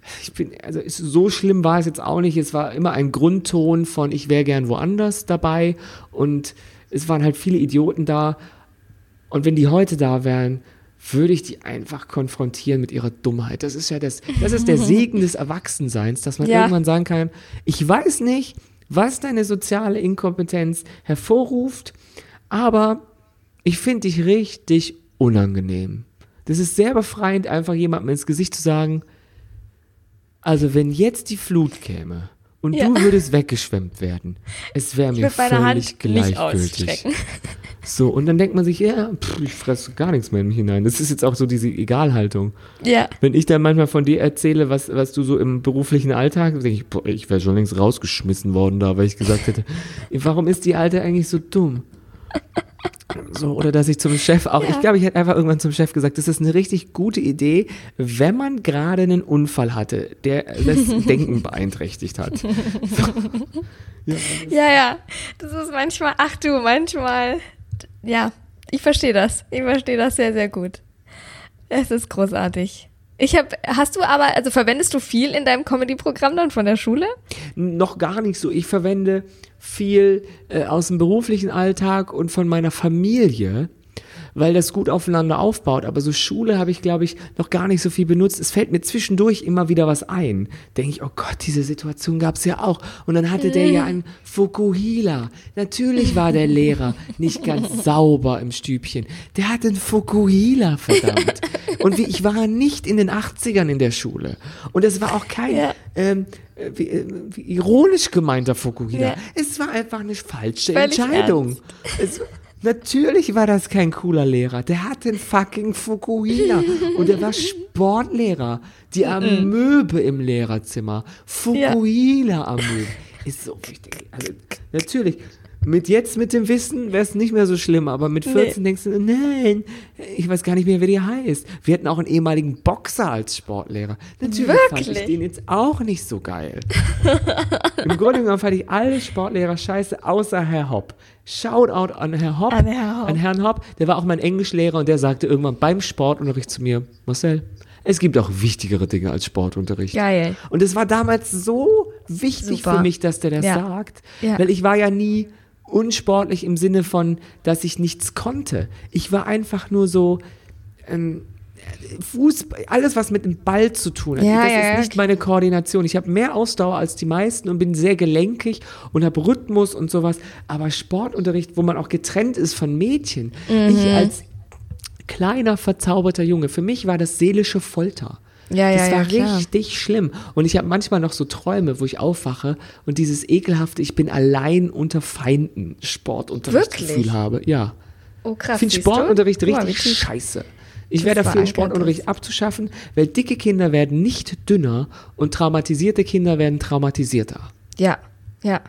S3: so schlimm war es jetzt auch nicht. Es war immer ein Grundton von, ich wäre gern woanders dabei. Und es waren halt viele Idioten da. Und wenn die heute da wären, würde ich die einfach konfrontieren mit ihrer Dummheit. Das ist ja das ist der Segen des Erwachsenseins, dass man
S2: Ja.
S3: irgendwann sagen kann, ich weiß nicht, was deine soziale Inkompetenz hervorruft, aber ich finde dich richtig unangenehm. Das ist sehr befreiend, einfach jemandem ins Gesicht zu sagen, also wenn jetzt die Flut käme und
S2: Ja.
S3: du würdest weggeschwemmt werden, es wäre mir
S2: würde meine
S3: völlig
S2: Hand nicht
S3: gleichgültig.
S2: ausstrecken.
S3: So, und dann denkt man sich, ich fresse gar nichts mehr in mich hinein. Das ist jetzt auch so diese Egalhaltung.
S2: Ja.
S3: Wenn ich dann manchmal von dir erzähle, was du so im beruflichen Alltag, denke ich, boah, ich wäre schon längst rausgeschmissen worden da, weil ich gesagt hätte, warum ist die Alte eigentlich so dumm? So, oder dass ich zum Chef auch, ich glaube, ich hätte einfach irgendwann zum Chef gesagt, das ist eine richtig gute Idee, wenn man gerade einen Unfall hatte, der das Denken beeinträchtigt hat. So.
S2: Ja. Das ist manchmal, ja, ich verstehe das. Ich verstehe das sehr, sehr gut. Es ist großartig. Verwendest du viel in deinem Comedy-Programm dann von der Schule?
S3: Noch gar nicht so. Ich verwende viel aus dem beruflichen Alltag und von meiner Familie, weil das gut aufeinander aufbaut. Aber so Schule habe ich, glaube ich, noch gar nicht so viel benutzt. Es fällt mir zwischendurch immer wieder was ein. Denke ich, oh Gott, diese Situation gab es ja auch. Und dann hatte der ja einen Fukuhila. Natürlich war der Lehrer nicht ganz sauber im Stübchen. Der hatte einen Fukuhila, verdammt. Und ich war nicht in den 80ern in der Schule. Und es war auch kein wie ironisch gemeinter Fukuhila.
S2: Ja.
S3: Es war einfach eine falsche
S2: Völlig
S3: Entscheidung. Natürlich war das kein cooler Lehrer. Der hatte einen fucking Fukuhila. Und er war Sportlehrer. Die Amöbe im Lehrerzimmer. Fukuhila-Amöbe. Ist so wichtig. Also, natürlich. Mit dem Wissen wäre es nicht mehr so schlimm, aber mit 14 denkst du, nein, ich weiß gar nicht mehr, wer die heißt. Wir hatten auch einen ehemaligen Boxer als Sportlehrer. Natürlich fand ich den jetzt auch nicht so geil. Im Grunde genommen fand ich alle Sportlehrer scheiße, außer Herr Hopp. Shoutout an Herr Hopp,
S2: An Herrn Hopp.
S3: Der war auch mein Englischlehrer und der sagte irgendwann beim Sportunterricht zu mir, Marcel, es gibt auch wichtigere Dinge als Sportunterricht.
S2: Geil.
S3: Und es war damals so wichtig
S2: Super.
S3: für mich, dass der das
S2: Ja.
S3: sagt,
S2: Ja.
S3: weil ich war ja nie unsportlich im Sinne von, dass ich nichts konnte. Ich war einfach nur so Fußball, alles was mit dem Ball zu tun hat.
S2: Ja,
S3: das
S2: ja,
S3: ist nicht meine Koordination. Ich habe mehr Ausdauer als die meisten und bin sehr gelenkig und habe Rhythmus und sowas. Aber Sportunterricht, wo man auch getrennt ist von Mädchen, ich als kleiner, verzauberter Junge, für mich war das seelische Folter. Das war
S2: klar.
S3: richtig schlimm. Und ich habe manchmal noch so Träume, wo ich aufwache und dieses ekelhafte, ich bin allein unter Feinden Sportunterrichtsgefühl
S2: Wirklich?
S3: habe. Ja.
S2: Oh krass.
S3: Ich finde
S2: siehst du?
S3: Sportunterricht
S2: Guck mal,
S3: richtig
S2: wie tief
S3: scheiße. Ich
S2: das
S3: wäre dafür,
S2: verankert
S3: Sportunterricht
S2: ist.
S3: abzuschaffen, weil dicke Kinder werden nicht dünner und traumatisierte Kinder werden traumatisierter.
S2: Ja.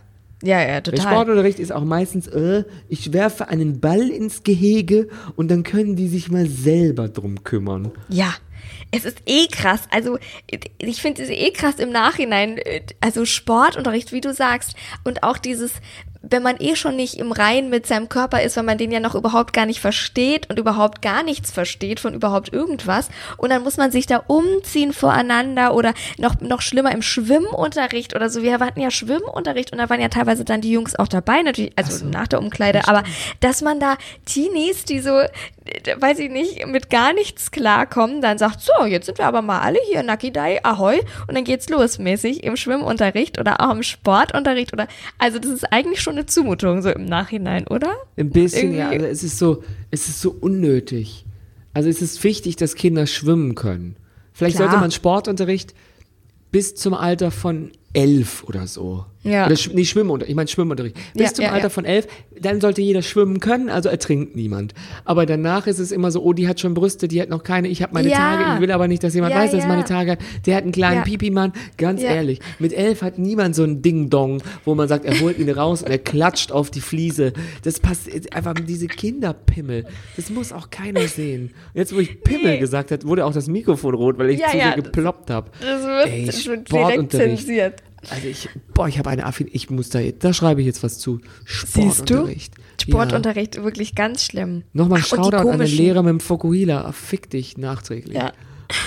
S2: Ja,
S3: Der
S2: total.
S3: Sportunterricht ist auch meistens, ich werfe einen Ball ins Gehege und dann können die sich mal selber drum kümmern.
S2: Ja, es ist krass. Also ich finde es krass im Nachhinein. Also Sportunterricht, wie du sagst. Und auch dieses, wenn man schon nicht im Reinen mit seinem Körper ist, wenn man den ja noch überhaupt gar nicht versteht und überhaupt gar nichts versteht von überhaupt irgendwas. Und dann muss man sich da umziehen voreinander oder noch schlimmer im Schwimmunterricht oder so. Wir hatten ja Schwimmunterricht und da waren ja teilweise dann die Jungs auch dabei, natürlich, also nach der Umkleide. Aber dass man da Teenies, die so, weiß ich nicht, mit gar nichts klarkommen, dann sagt, so, jetzt sind wir aber mal alle hier, Nakidai, Ahoi, und dann geht's los mäßig im Schwimmunterricht oder auch im Sportunterricht oder, also das ist eigentlich schon eine Zumutung so im Nachhinein, oder?
S3: Ein bisschen,
S2: Irgendwie.
S3: ja, also es ist so unnötig. Also es ist wichtig, dass Kinder schwimmen können. Vielleicht
S2: Klar.
S3: sollte man Sportunterricht bis zum Alter von 11 oder so.
S2: Ja.
S3: Oder Schwimmunterricht. Bis zum Alter von 11, dann sollte jeder schwimmen können, also ertrinkt niemand. Aber danach ist es immer so, oh, die hat schon Brüste, die hat noch keine, ich habe meine
S2: Ja.
S3: Tage, ich will aber nicht, dass jemand
S2: Ja,
S3: weiß, dass
S2: ja.
S3: meine Tage hat. Der hat einen kleinen
S2: Ja.
S3: Pipi-Mann, ganz
S2: Ja.
S3: ehrlich. Mit 11 hat niemand so ein Ding-Dong, wo man sagt, er holt ihn raus und er klatscht auf die Fliese. Das passiert einfach diese Kinderpimmel. Das muss auch keiner sehen. Jetzt, wo ich Pimmel gesagt habe, wurde auch das Mikrofon rot, weil ich
S2: Ja,
S3: zu
S2: ja,
S3: sehr geploppt habe.
S2: Das wird direkt
S3: Sportunterricht.
S2: zensiert.
S3: Also ich habe eine ich muss da schreibe ich jetzt was zu.
S2: Siehst du?
S3: Sportunterricht.
S2: Sportunterricht, wirklich ganz schlimm.
S3: Nochmal
S2: Ach, und die
S3: Shoutout an den
S2: komischen-
S3: Lehrer mit dem Fokuhila. Fick dich nachträglich.
S2: Ja.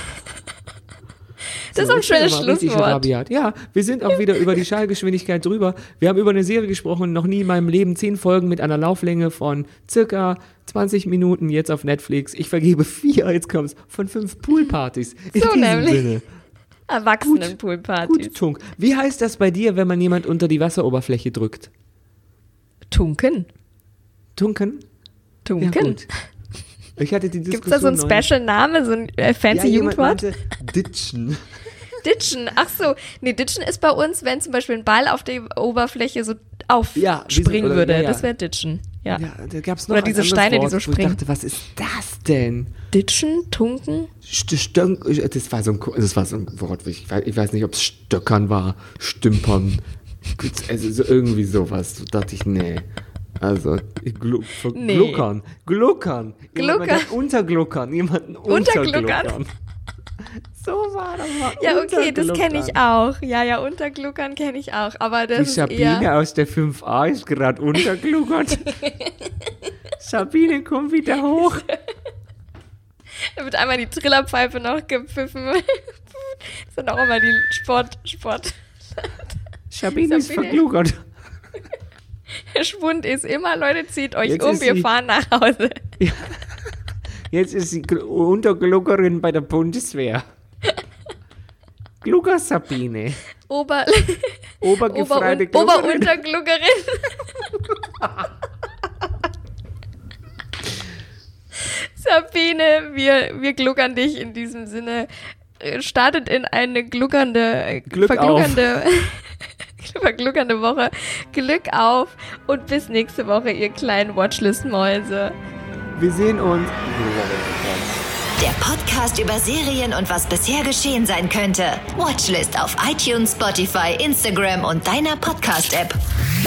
S2: Das ist auch ein
S3: jetzt sind
S2: schönes
S3: wir mal richtig
S2: Schlusswort.
S3: rabiat. Ja, wir sind auch wieder über die Schallgeschwindigkeit drüber. Wir haben über eine Serie gesprochen, noch nie in meinem Leben 10 Folgen mit einer Lauflänge von circa 20 Minuten jetzt auf Netflix. Ich vergebe 4, jetzt kommt's, von 5 Poolpartys. In
S2: So
S3: diesem
S2: nämlich.
S3: Sinne.
S2: Erwachsenen-Poolpartys.
S3: Gut, Tunk. Wie heißt das bei dir, wenn man jemand unter die Wasseroberfläche drückt?
S2: Tunken.
S3: Tunken? Ja,
S2: Tunken.
S3: gut. Ich hatte die Diskussion
S2: Gibt es da so einen
S3: neulich.
S2: Special-Name, so ein fancy
S3: jemand
S2: Jugendwort?
S3: meinte Ditchen.
S2: Ditchen. Ach so. Nee, Ditchen ist bei uns, wenn zum Beispiel ein Ball auf die Oberfläche so
S3: Ja, wie so-
S2: aufspringen
S3: oder-
S2: würde.
S3: ja, ja.
S2: Das wäre Ditchen. Ja.
S3: Ja, da gab es noch
S2: Oder
S3: ein
S2: diese
S3: anderes
S2: Steine, die
S3: Wort,
S2: so
S3: wo
S2: springen.
S3: Ich dachte, was ist das denn?
S2: Ditchen, Tunken.
S3: Das war so ein Wort, ich weiß nicht, ob es Stöckern war, Stümpern, also so irgendwie sowas. Da dachte ich, nee. Also, Gluckern. Jemanden untergluckern. Jemanden untergluckern. So war das mal.
S2: Ja, okay, das kenne ich
S3: Untergluckern.
S2: auch. Ja, untergluckern kenne ich auch. Aber das
S3: Die
S2: ist
S3: Sabine
S2: eher...
S3: aus der 5a ist gerade untergluckert. Sabine, komm wieder hoch.
S2: Da wird einmal die Trillerpfeife noch gepfiffen. Das sind auch immer die Sport.
S3: Sabine ist
S2: Sabine.
S3: vergluckert.
S2: Schwund ist immer, Leute, zieht euch
S3: Jetzt
S2: um,
S3: ist
S2: wir
S3: sie-
S2: fahren nach Hause.
S3: Jetzt ist sie Untergluckerin bei der Bundeswehr. Glucker Sabine. Obergefreite Gluckerin.
S2: Oberuntergluckerin. Sabine, wir gluckern dich in diesem Sinne. Startet in eine vergluckernde Woche. Glück auf und bis nächste Woche, ihr kleinen Watchlist-Mäuse.
S3: Wir sehen uns.
S1: Der Podcast über Serien und was bisher geschehen sein könnte. Watchlist auf iTunes, Spotify, Instagram und deiner Podcast-App.